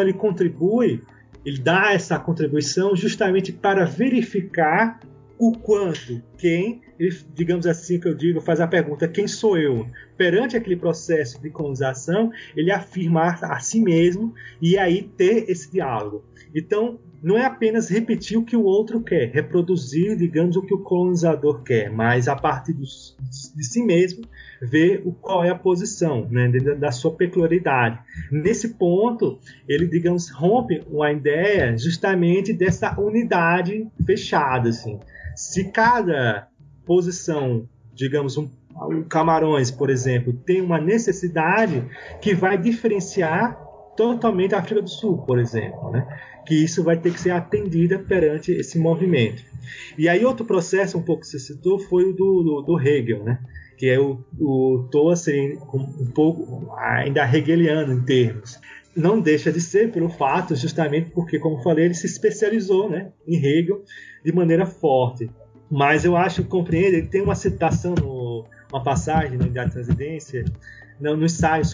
ele dá essa contribuição justamente para verificar o quanto, digamos assim que eu digo, faz a pergunta, quem sou eu? Perante aquele processo de colonização, ele afirma a si mesmo e aí ter esse diálogo. Então, não é apenas repetir o que o outro quer, reproduzir, digamos, o que o colonizador quer, mas a partir de si mesmo, ver qual é a posição, né, dentro da sua peculiaridade. Nesse ponto, ele, digamos, rompe uma ideia justamente dessa unidade fechada, assim. Se cada posição, digamos, um Camarões, por exemplo, tem uma necessidade que vai diferenciar totalmente a África do Sul, por exemplo, né? Que isso vai ter que ser atendida perante esse movimento. E aí outro processo, um pouco que você citou, foi o do Hegel, né? Que é o Toa ser um pouco ainda hegeliano em termos. Não deixa de ser pelo fato, justamente porque, como falei, ele se especializou, né, em Hegel de maneira forte. Mas eu acho que compreende, ele tem uma citação, uma passagem na Unidade de Transcendência, no ensaio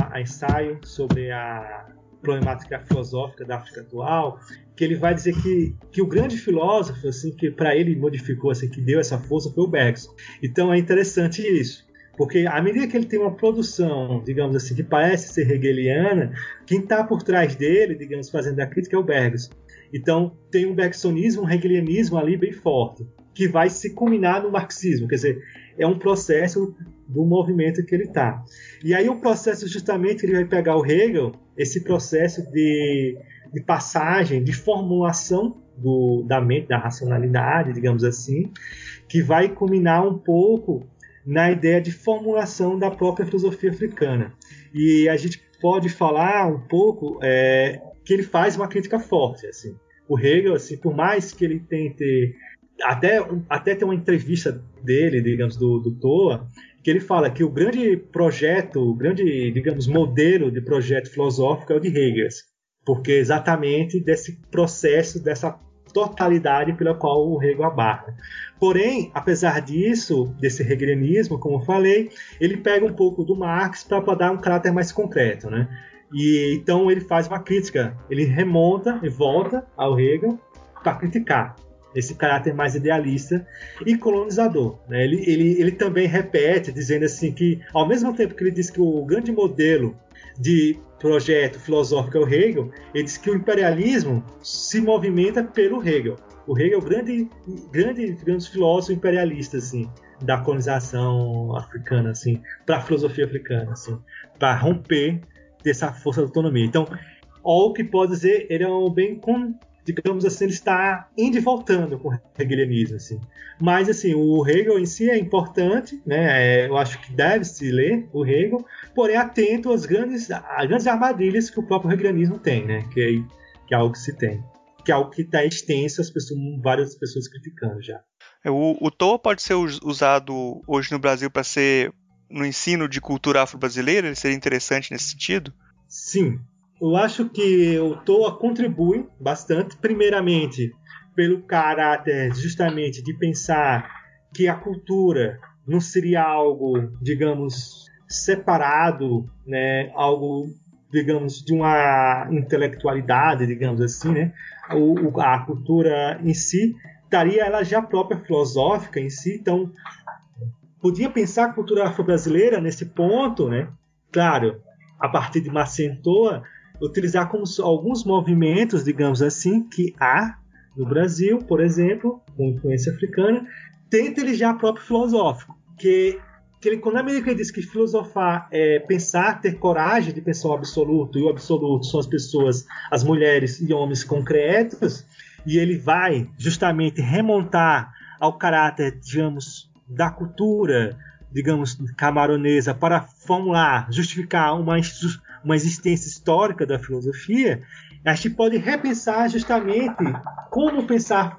sobre a problemática filosófica da África atual, que ele vai dizer que o grande filósofo, assim, que para ele modificou, assim, que deu essa força, foi o Bergson. Então é interessante isso. Porque à medida que ele tem uma produção, digamos assim, que parece ser hegeliana, quem está por trás dele, digamos, fazendo a crítica é o Bergson. Então tem um bergsonismo, um hegelianismo ali bem forte, que vai se culminar no marxismo. Quer dizer, é um processo do movimento que ele está. E aí o processo justamente, ele vai pegar o Hegel, esse processo de passagem, de formulação da mente, da racionalidade, digamos assim, que vai culminar um pouco na ideia de formulação da própria filosofia africana. E a gente pode falar um pouco que ele faz uma crítica forte. Assim. O Hegel, assim, por mais que ele tente... Até tem uma entrevista dele, digamos, do Toa, que ele fala que o grande projeto, o grande, digamos, modelo de projeto filosófico é o de Hegel. Porque exatamente desse processo, dessa totalidade pela qual o Hegel abarca. Porém, apesar disso, desse hegelianismo, como eu falei, ele pega um pouco do Marx para dar um caráter mais concreto, né? E então ele faz uma crítica, ele remonta e volta ao Hegel para criticar esse caráter mais idealista e colonizador, né? Ele também repete, dizendo assim que, ao mesmo tempo que ele diz que o grande modelo de projeto filosófico é o Hegel, ele diz que o imperialismo se movimenta pelo Hegel. O Hegel é o grande filósofo imperialista, assim, da colonização africana, assim, para a filosofia africana, assim, para romper dessa força da autonomia. Então, o que pode dizer, ele é um bem digamos assim, ele está indo e voltando com o hegelianismo, assim. Mas, assim, o Hegel em si é importante, né? Eu acho que deve-se ler o Hegel, porém atento às grandes armadilhas que o próprio hegelianismo tem, né? Que é algo que se tem. Que é algo que está extenso, várias pessoas criticando já. O TOA pode ser usado hoje no Brasil para ser no ensino de cultura afro-brasileira? Ele seria interessante nesse sentido? Sim. Eu acho que o TOA contribui bastante, primeiramente pelo caráter justamente de pensar que a cultura não seria algo, digamos, separado, né? Algo, digamos, de uma intelectualidade, digamos assim, né? A cultura em si estaria ela já própria filosófica em si, então podia pensar a cultura afro-brasileira nesse ponto, né? Claro, a partir de Marcen Toa, utilizar como alguns movimentos, digamos assim, que há no Brasil, por exemplo, com influência africana, tenta ele já próprio filosófico, que ele, quando a América diz que filosofar é pensar, ter coragem de pensar o absoluto, e o absoluto são as pessoas, as mulheres e homens concretos, e ele vai justamente remontar ao caráter, digamos, da cultura, digamos, camaronesa, para formular, justificar uma existência histórica da filosofia, a gente pode repensar justamente como pensar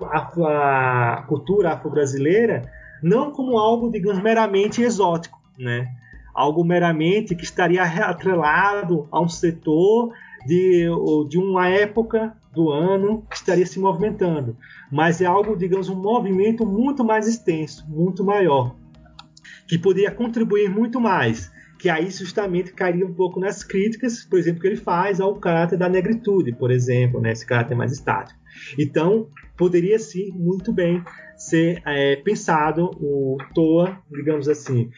a cultura afro-brasileira não como algo, digamos, meramente exótico, né? Algo meramente que estaria atrelado a um setor de uma época do ano que estaria se movimentando, mas é algo, digamos, um movimento muito mais extenso, muito maior, que poderia contribuir muito mais, que aí justamente cairia um pouco nas críticas, por exemplo, que ele faz ao caráter da negritude, por exemplo, né, esse caráter mais estático. Então, poderia sim, muito bem, ser pensado o TOA, digamos assim.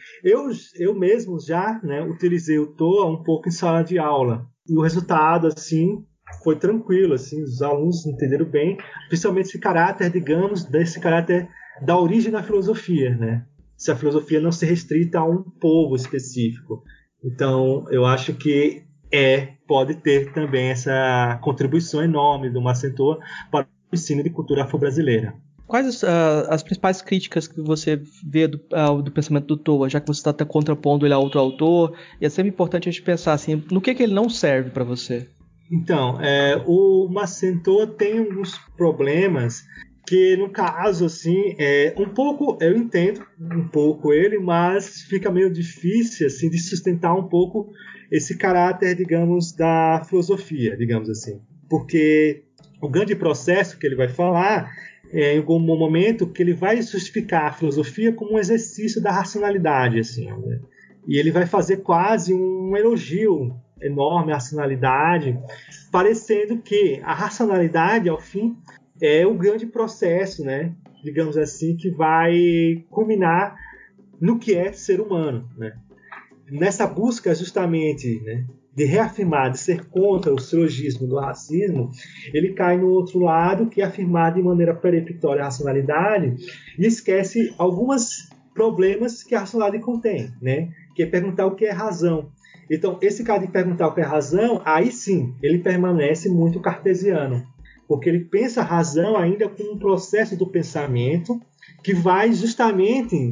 Eu mesmo já, né, utilizei o TOA um pouco em sala de aula, e o resultado, assim, foi tranquilo, assim, os alunos entenderam bem, principalmente esse caráter, digamos, desse caráter da origem da filosofia, né? Se a filosofia não se restrita a um povo específico. Então, eu acho que pode ter também essa contribuição enorme do Marcen Toa para o ensino de cultura afro-brasileira. Quais as principais críticas que você vê do pensamento do Toa, já que você está contrapondo ele a outro autor, e é sempre importante a gente pensar assim, no que ele não serve para você? Então, o Marcen Toa tem alguns problemas que, no caso, assim, um pouco, eu entendo um pouco ele, mas fica meio difícil, assim, de sustentar um pouco esse caráter, digamos, da filosofia, digamos assim. Porque o grande processo que ele vai falar em algum momento que ele vai justificar a filosofia como um exercício da racionalidade, assim, né? E ele vai fazer quase um elogio enorme à racionalidade, parecendo que a racionalidade, ao fim, é o grande processo, né, digamos assim, que vai culminar no que é ser humano, né? Nessa busca justamente, né, de reafirmar, de ser contra o silogismo do racismo, ele cai no outro lado, que é afirmar de maneira peremptória a racionalidade e esquece alguns problemas que a racionalidade contém, né? Que é perguntar o que é razão. Então, esse cara de perguntar o que é razão, aí sim, ele permanece muito cartesiano, porque ele pensa a razão ainda como um processo do pensamento que vai justamente,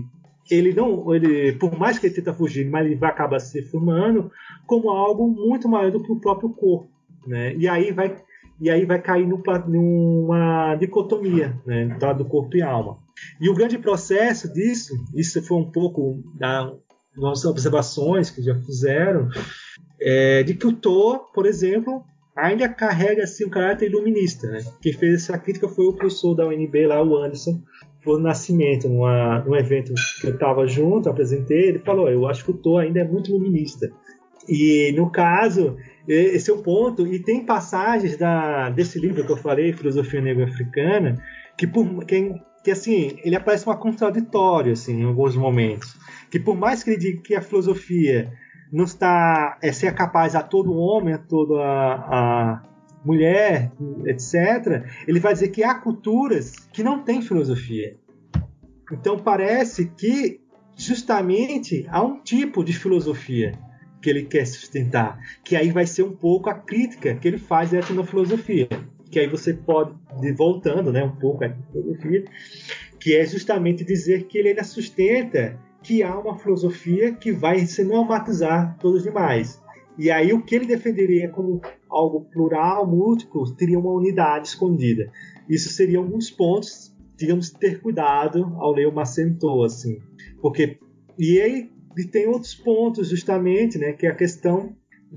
por mais que ele tenta fugir, mas ele vai acabar se formando como algo muito maior do que o próprio corpo, né? E aí vai cair numa dicotomia, né, do corpo e alma. E o grande processo disso, isso foi um pouco das nossas observações que já fizeram, de que o Toa, por exemplo, ainda carrega assim, um caráter iluminista, né? Quem fez essa crítica foi o professor da UNB, lá, o Anderson Flor Nascimento, num evento que eu estava junto, apresentei, ele falou, eu acho que o Toa ainda é muito iluminista. E, no caso, esse é o ponto, e tem passagens desse livro que eu falei, Filosofia Negro-Africana, que assim, ele aparece uma contraditório, assim, em alguns momentos, que por mais que ele diga que a filosofia não está ser capaz a todo homem, a toda a mulher, etc., ele vai dizer que há culturas que não têm filosofia. Então parece que justamente há um tipo de filosofia que ele quer sustentar, que aí vai ser um pouco a crítica que ele faz da etnofilosofia. que aí você pode, voltando, né, um pouco à filosofia, que é justamente dizer que ele ainda sustenta que há uma filosofia que vai se normatizar todos os demais. E aí o que ele defenderia como algo plural, múltiplo, teria uma unidade escondida. Isso seriam alguns pontos, digamos, ter cuidado ao ler o Macentô, assim. Porque, e aí tem outros pontos, justamente, né, que é a questão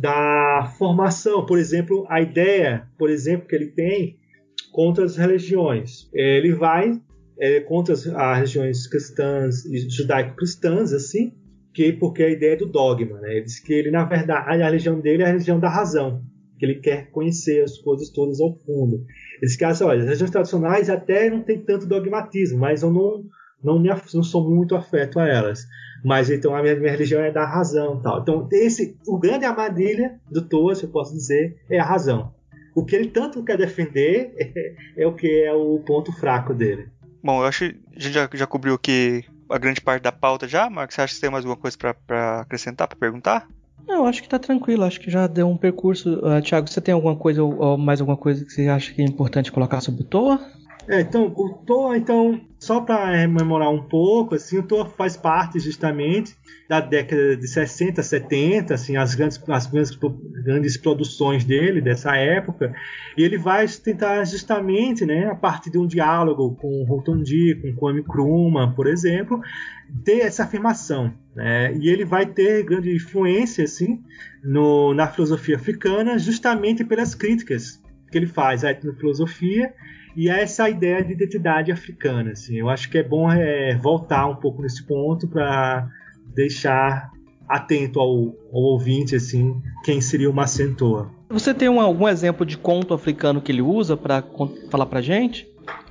da formação. Por exemplo, a ideia, por exemplo, que ele tem contra as religiões. Ele vai contra as religiões cristãs e judaico-cristãs, assim, porque a ideia é do dogma, né? Ele diz que ele, na verdade, a religião dele é a religião da razão, que ele quer conhecer as coisas todas ao fundo. Ele diz que, olha, as religiões tradicionais até não tem tanto dogmatismo, mas eu não sou muito afeto a elas. Mas então a minha religião é da razão, tal. Então o grande armadilha do Toa, se eu posso dizer, é a razão. O que ele tanto quer defender é o que é o ponto fraco dele. Bom, eu acho que a gente já cobriu aqui a grande parte da pauta já, Marcos. Você acha que tem mais alguma coisa para acrescentar, para perguntar? Não, acho que tá tranquilo, acho que já deu um percurso. Thiago, você tem alguma coisa ou mais alguma coisa que você acha que é importante colocar sobre o Toa? Então, o Toa, só para rememorar um pouco, assim, o Toa faz parte justamente da década de 60, 70, assim, as grandes produções dele dessa época, e ele vai tentar justamente, né, a partir de um diálogo com o Rotondi, com Kwame Nkrumah, por exemplo, ter essa afirmação, né, e ele vai ter grande influência, assim, na filosofia africana, justamente pelas críticas que ele faz à etnofilosofia e a essa ideia de identidade africana. Assim. Eu acho que é bom voltar um pouco nesse ponto para deixar atento ao ouvinte, assim, quem seria o Macentô. Você tem algum exemplo de conto africano que ele usa para falar para gente?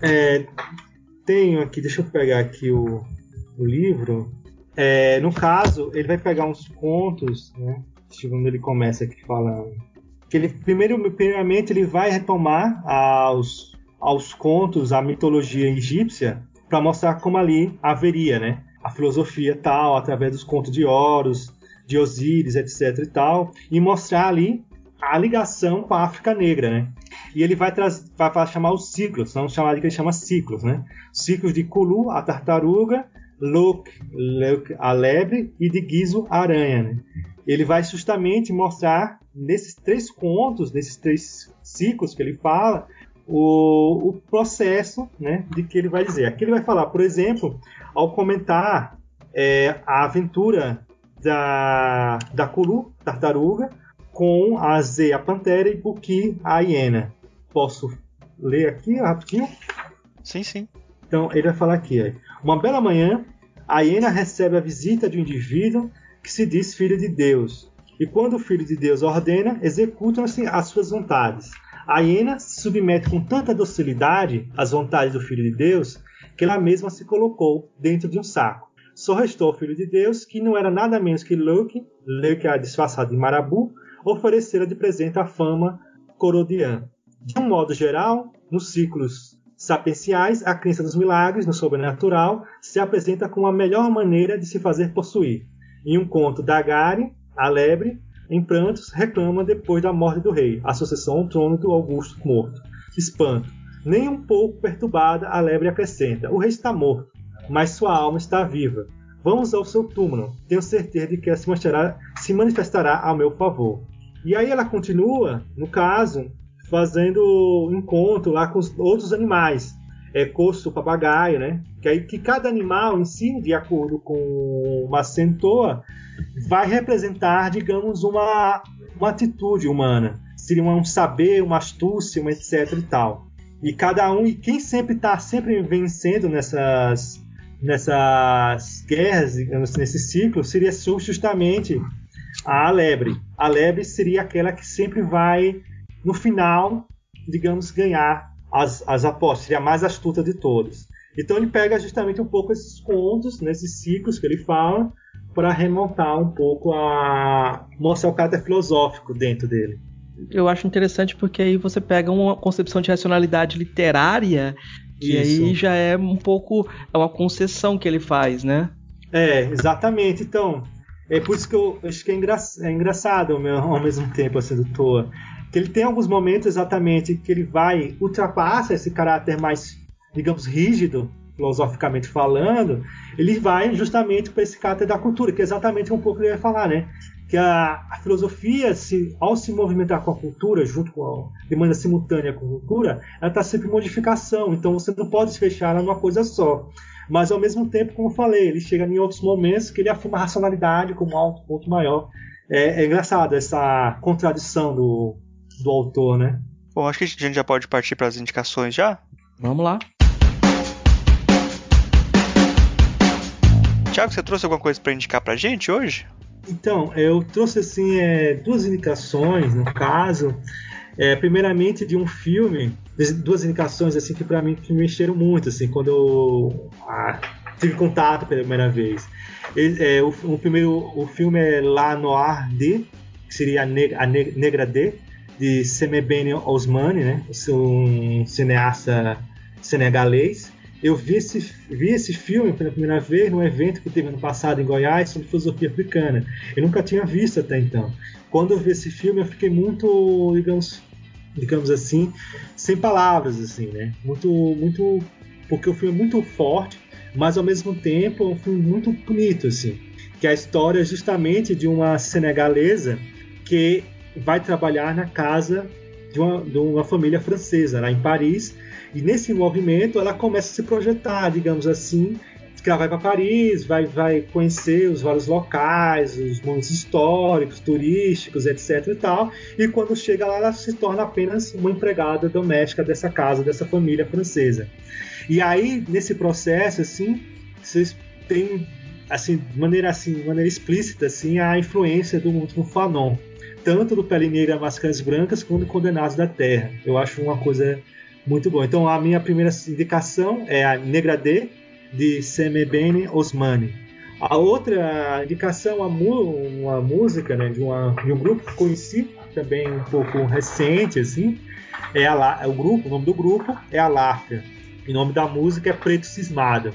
Tenho aqui, deixa eu pegar aqui o livro. No caso, ele vai pegar uns contos, né, segundo ele começa aqui falando, que ele primeiramente ele vai retomar aos contos, a mitologia egípcia, para mostrar como ali haveria, né, a filosofia tal, através dos contos de Horus, de Osíris, etc. e tal, e mostrar ali a ligação com a África Negra, né? E ele vai chamar os ciclos, vamos chamar de que ele chama ciclos, né? Ciclos de Kulu, a tartaruga, Luk, a lebre, e de Gizo, a aranha, né? Ele vai justamente mostrar nesses 3 contos, nesses 3 ciclos que ele fala, o processo, né, de que ele vai dizer. Aqui ele vai falar, por exemplo, ao comentar a aventura da Kulu, tartaruga, com a Zé, a pantera, e Buki, a hiena. Posso ler aqui rapidinho? Sim, sim. Então ele vai falar aqui. Uma bela manhã, a hiena recebe a visita de um indivíduo que se diz filho de Deus. E quando o filho de Deus ordena, executam-se as suas vontades. A hiena se submete com tanta docilidade às vontades do Filho de Deus que ela mesma se colocou dentro de um saco. Só restou ao Filho de Deus, que não era nada menos que Luke, a disfarçado de Marabu, oferecê-la de presente a fama Corodian. De um modo geral, nos ciclos sapienciais, a crença dos milagres, no sobrenatural, se apresenta como a melhor maneira de se fazer possuir. Em um conto da Gari, a lebre, em prantos, reclama depois da morte do rei, a sucessão ao trono do Augusto morto. Espanto. Nem um pouco perturbada, a lebre acrescenta: o rei está morto, mas sua alma está viva. Vamos ao seu túmulo. Tenho certeza de que ela se manifestará a meu favor. E aí ela continua, no caso, fazendo encontro lá com os outros animais. Corso, papagaio, né? Que cada animal em si, de acordo com o Macentô, vai representar, digamos, uma atitude humana. Seria um saber, uma astúcia, uma etc e tal. E cada um, e quem sempre está vencendo nessas guerras, digamos, nesse ciclo, seria justamente a lebre. A lebre seria aquela que sempre vai, no final, digamos, ganhar as apostas, seria a mais astuta de todos. Então ele pega justamente um pouco esses contos, nesses ciclos que ele fala, para remontar um pouco mostrar o caráter filosófico dentro dele. Eu acho interessante porque aí você pega uma concepção de racionalidade literária e aí já é um pouco uma concessão que ele faz, né? Exatamente. Então, é por isso que eu acho que é engraçado ao mesmo tempo, assim, do Toa. que ele tem alguns momentos exatamente que ele vai ultrapassa esse caráter mais, digamos, rígido, filosoficamente falando, ele vai justamente para esse caráter da cultura, que é exatamente um pouco que ele vai falar, né? Que a filosofia, ao se movimentar com a cultura, de maneira simultânea com a cultura, ela está sempre em modificação, então você não pode se fechar ela numa coisa só. Mas, ao mesmo tempo, como eu falei, ele chega em outros momentos que ele afirma a racionalidade como algo muito maior. É engraçado essa contradição do autor, né? Bom, acho que a gente já pode partir para as indicações já? Vamos lá. Tiago, você trouxe alguma coisa para indicar pra gente hoje? Então, eu trouxe assim, duas indicações, no caso. Primeiramente de um filme, duas indicações assim que para mim que me mexeram muito, assim, quando eu tive contato pela primeira vez. O filme é La Noire D, que seria a Negra D, de Semebene Ousmane, né? Um cineasta senegalês. Eu vi esse filme pela primeira vez num evento que teve ano passado em Goiás sobre filosofia africana. Eu nunca tinha visto até então. Quando eu vi esse filme, eu fiquei muito, digamos assim, sem palavras, assim, né? Muito, porque o filme é muito forte, mas ao mesmo tempo é um filme muito bonito, assim. Que é a história justamente de uma senegalesa que vai trabalhar na casa de uma família francesa lá em Paris. E nesse movimento ela começa a se projetar, digamos assim, que ela vai para Paris, vai conhecer os vários locais, os monumentos históricos, turísticos, etc e tal. E quando chega lá, ela se torna apenas uma empregada doméstica dessa casa, dessa família francesa. E aí, nesse processo, assim, vocês têm, assim, de maneira explícita, assim, a influência do Fanon, tanto do Pele Negra, Máscaras Brancas, quanto do Condenados da Terra. Eu acho uma coisa muito boa. Então, a minha primeira indicação é a Negra D, de Semebene Ousmane. A outra indicação é uma música, né, de um grupo que conheci também um pouco recente, assim. O nome do grupo é Aláfia. E o nome da música é Preto Cismado.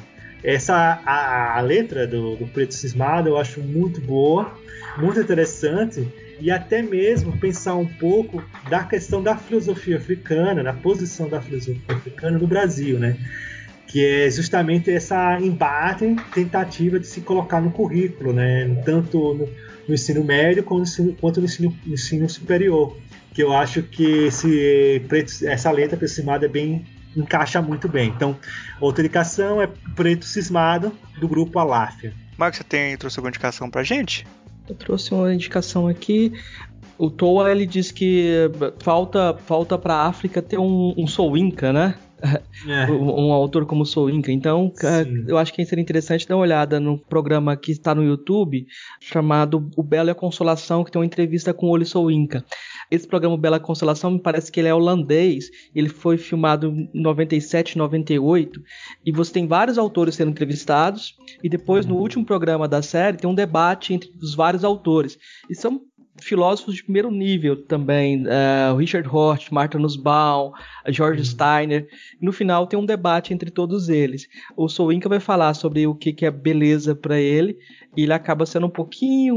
A letra do Preto Cismado eu acho muito boa, muito interessante, e até mesmo pensar um pouco da questão da filosofia africana, da posição da filosofia africana no Brasil, né? Que é justamente essa embate, tentativa de se colocar no currículo, né? Tanto no ensino médio quanto no ensino superior. Que eu acho que essa letra Preto Cismado encaixa muito bem. Então, outra indicação é Preto Cismado, do grupo Aláfia. Marcos, você trouxe alguma indicação pra gente? Eu trouxe uma indicação aqui. O Toa, ele diz que falta para a África ter um Soyinka, né? Um autor como Soyinka. Então, eu acho que seria interessante dar uma olhada no programa que está no YouTube, chamado O Belo e a Consolação, que tem uma entrevista com o Oli Soyinka. Esse programa, O Belo e a Consolação, me parece que ele é holandês. Ele foi filmado em 97, 98. E você tem vários autores sendo entrevistados. E depois, no último programa da série, tem um debate entre os vários autores. E são filósofos de primeiro nível também, o Richard Hort, Martha Nussbaum, George Steiner. E no final tem um debate entre todos eles. O Soyinka vai falar sobre o que é beleza para ele, e ele acaba sendo um pouquinho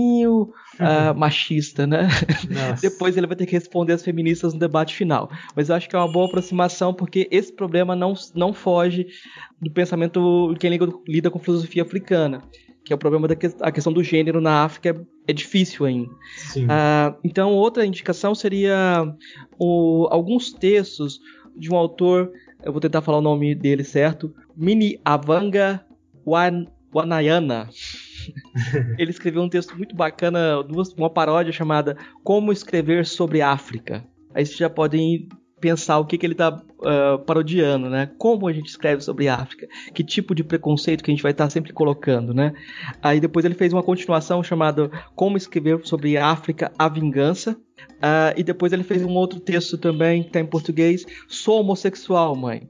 machista, né? Depois ele vai ter que responder as feministas no debate final. Mas eu acho que é uma boa aproximação, porque esse problema não foge do pensamento de quem lida com filosofia africana, que é o problema a questão do gênero na África é difícil ainda. Então, outra indicação seria alguns textos de um autor, eu vou tentar falar o nome dele certo, Miniavanga Wanayana. Ele escreveu um texto muito bacana, uma paródia chamada Como Escrever sobre África. Aí vocês já podem pensar o que ele está parodiando, né? Como a gente escreve sobre a África, que tipo de preconceito que a gente vai estar sempre colocando, né? Aí depois ele fez uma continuação chamada Como Escrever sobre a África, a Vingança. E depois ele fez um outro texto também, que está em português, Sou Homossexual, Mãe.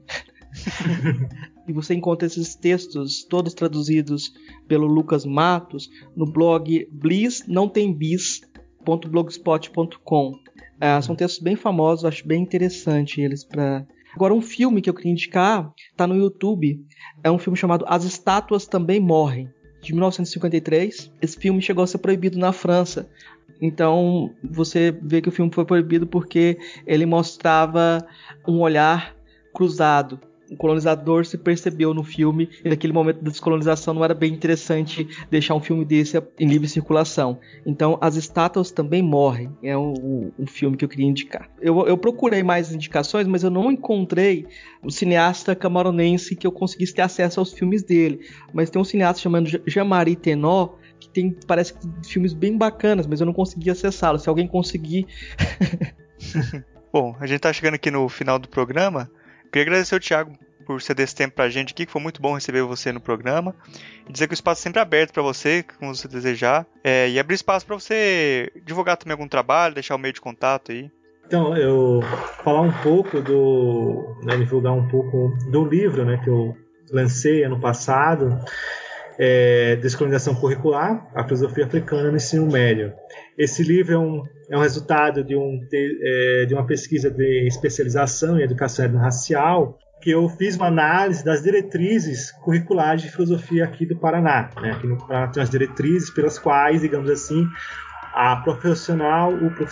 E você encontra esses textos todos traduzidos pelo Lucas Matos no blog blogspot.com. São textos bem famosos, acho bem interessante eles para. Agora, um filme que eu queria indicar está no YouTube. É um filme chamado As Estátuas Também Morrem, de 1953. Esse filme chegou a ser proibido na França Então você vê que o filme foi proibido porque ele mostrava um olhar cruzado. O colonizador se percebeu no filme e naquele momento da descolonização não era bem interessante deixar um filme desse em livre circulação. Então as estátuas também morrem. É um filme que eu queria indicar. Eu procurei mais indicações, mas eu não encontrei um cineasta camaronense que eu conseguisse ter acesso aos filmes dele. Mas tem um cineasta chamado Jean-Marie Thénault que tem, parece que, filmes bem bacanas, mas eu não consegui acessá-lo. Se alguém conseguir... Bom, a gente tá chegando aqui no final do programa. Queria agradecer ao Thiago por ceder esse tempo pra gente aqui, que foi muito bom receber você no programa. E dizer que o espaço é sempre aberto pra você, como você desejar. E abrir espaço pra você divulgar também algum trabalho, deixar o meio de contato aí. Então, eu falar um pouco divulgar um pouco do livro, né, que eu lancei ano passado, Descolonização Curricular, a Filosofia Africana no Ensino Médio. Esse livro é um resultado de uma pesquisa de especialização em educação étnico-racial, que eu fiz uma análise das diretrizes curriculares de filosofia aqui do Paraná. Né? Aqui no Paraná tem as diretrizes pelas quais, digamos assim, o professor,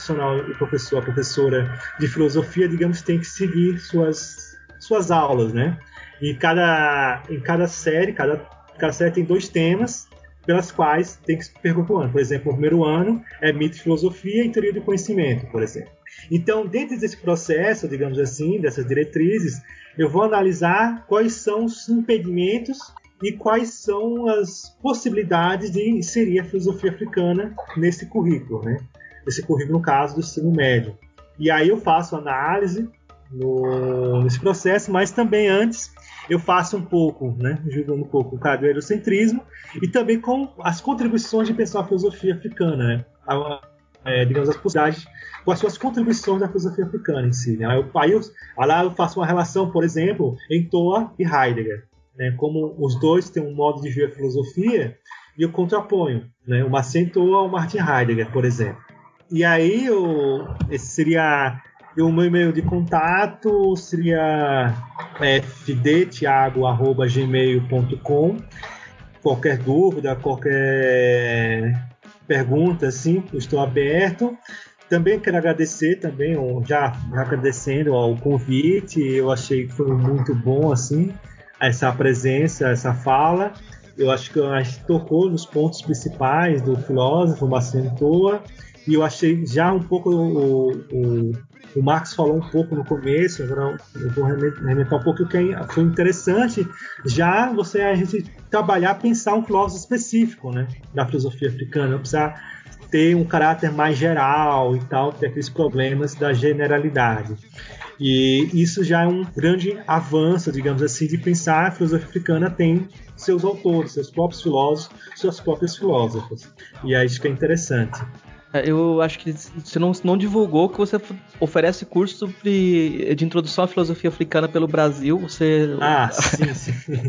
a professora de filosofia, digamos, tem que seguir suas aulas, né? E em cada série tem 2 temas pelas quais tem que se perguntar. Por exemplo, no primeiro ano é mito e filosofia e teoria do conhecimento, por exemplo. Então, dentro desse processo, digamos assim, dessas diretrizes, eu vou analisar quais são os impedimentos e quais são as possibilidades de inserir a filosofia africana nesse currículo, né? Esse currículo, no caso, do ensino médio. E aí eu faço análise nesse processo, mas também antes eu faço um pouco, né, julgando um pouco o cadroerocentrismo e também com as contribuições de pensar a filosofia africana, né? Digamos, as possibilidades com as suas contribuições da filosofia africana em si. Né? Lá eu faço uma relação, por exemplo, em Toa e Heidegger. Né? Como os dois têm um modo de ver a filosofia, e eu contraponho, né? O Marcel Toa ao Martin Heidegger, por exemplo. E aí, esse seria... o meu e-mail de contato seria fdtiago@gmail.com. Qualquer dúvida, qualquer pergunta, assim, eu estou aberto. Também quero agradecer, já agradecendo ao convite, eu achei que foi muito bom, assim, essa presença, essa fala. Eu acho que a gente tocou nos pontos principais do filósofo Marcel Toa, e eu achei já um pouco o Marcos falou um pouco no começo, agora eu vou remeter um pouco, que foi interessante já a gente trabalhar, pensar um filósofo específico, né, da filosofia africana, não precisar ter um caráter mais geral e tal, ter aqueles problemas da generalidade. E isso já é um grande avanço, digamos assim, de pensar a filosofia africana tem seus autores, seus próprios filósofos, suas próprias filósofas. E aí isso que é interessante. Eu acho que você não divulgou que você oferece curso de introdução à filosofia africana pelo Brasil. Você... Sim.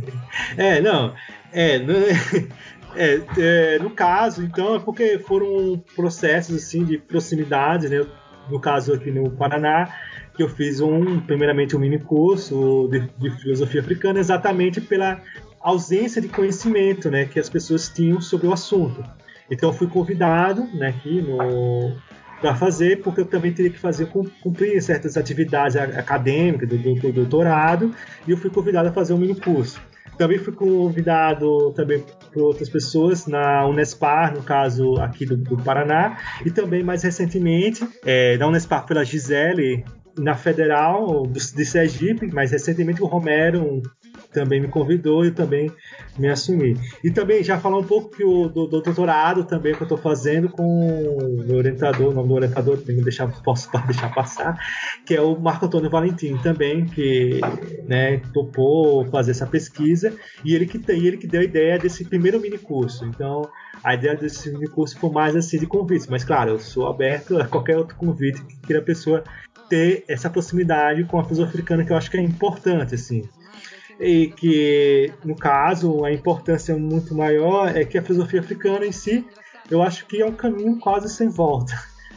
No caso, então, é porque foram processos assim, de proximidade, né? No caso aqui no Paraná, que eu fiz primeiramente um mini curso de filosofia africana, exatamente pela ausência de conhecimento, né, que as pessoas tinham sobre o assunto. Então eu fui convidado, né, aqui para fazer, porque eu também teria que cumprir certas atividades acadêmicas do doutorado, e eu fui convidado a fazer um mini curso. Também fui convidado também por outras pessoas na Unespar, no caso aqui do Paraná, e também mais recentemente na Unespar pela Gisele, na Federal de Sergipe, mais recentemente o Romero também me convidou e eu também me assumi. E também já falar um pouco do doutorado também que eu estou fazendo com o meu orientador, o nome do orientador também posso deixar passar, que é o Marco Antônio Valentim também, que, né, topou fazer essa pesquisa, e ele que deu a ideia desse primeiro mini curso. Então a ideia desse mini curso foi mais assim de convite, mas claro, eu sou aberto a qualquer outro convite que queira a pessoa ter essa proximidade com a filosofia africana, que eu acho que é importante, assim. E que, no caso, a importância muito maior é que a filosofia africana em si, eu acho que é um caminho quase sem volta.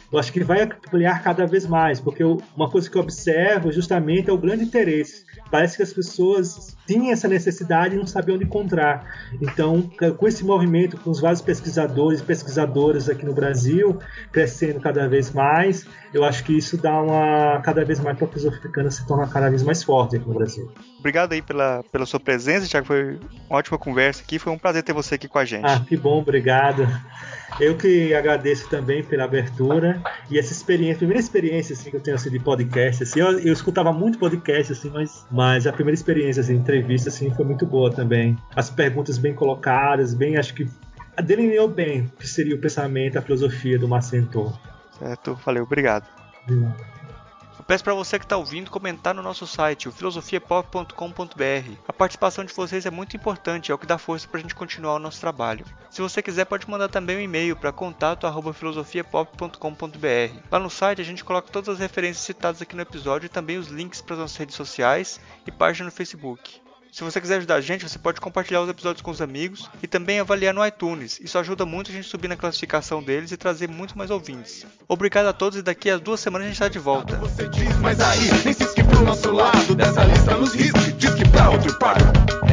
eu acho que vai ampliar cada vez mais, porque uma coisa que eu observo justamente é o grande interesse. Parece que as pessoas tinham essa necessidade e não sabiam onde encontrar. Então, com esse movimento, com os vários pesquisadores e pesquisadoras aqui no Brasil, crescendo cada vez mais, eu acho que isso dá cada vez mais para a filosofia africana se tornar cada vez mais forte aqui no Brasil. Obrigado aí pela sua presença, Thiago. Foi uma ótima conversa aqui. Foi um prazer ter você aqui com a gente. Que bom, obrigado. Eu que agradeço também pela abertura e essa experiência, primeira experiência assim, que eu tenho assim, de podcast. Assim, eu escutava muito podcast, assim, mas a primeira experiência, assim, entrevista, assim, foi muito boa também. As perguntas bem colocadas, acho que delineou bem o que seria o pensamento, a filosofia do Marcentor. Certo, valeu, obrigado. Eu peço para você que está ouvindo comentar no nosso site, o filosofiapop.com.br. A participação de vocês é muito importante, é o que dá força para a gente continuar o nosso trabalho. Se você quiser, pode mandar também um e-mail para contato@filosofiapop.com.br. Lá no site a gente coloca todas as referências citadas aqui no episódio e também os links para as nossas redes sociais e página no Facebook. Se você quiser ajudar a gente, você pode compartilhar os episódios com os amigos e também avaliar no iTunes. Isso ajuda muito a gente subir na classificação deles e trazer muito mais ouvintes. Obrigado a todos e daqui a 2 semanas a gente está de volta. Você diz, mas aí, nem se esque pro nosso lado dessa lista nos risque, diz que pra outro par.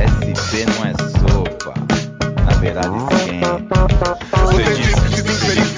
SP não é sopa, na verdade sim. Você diz, desinfeliz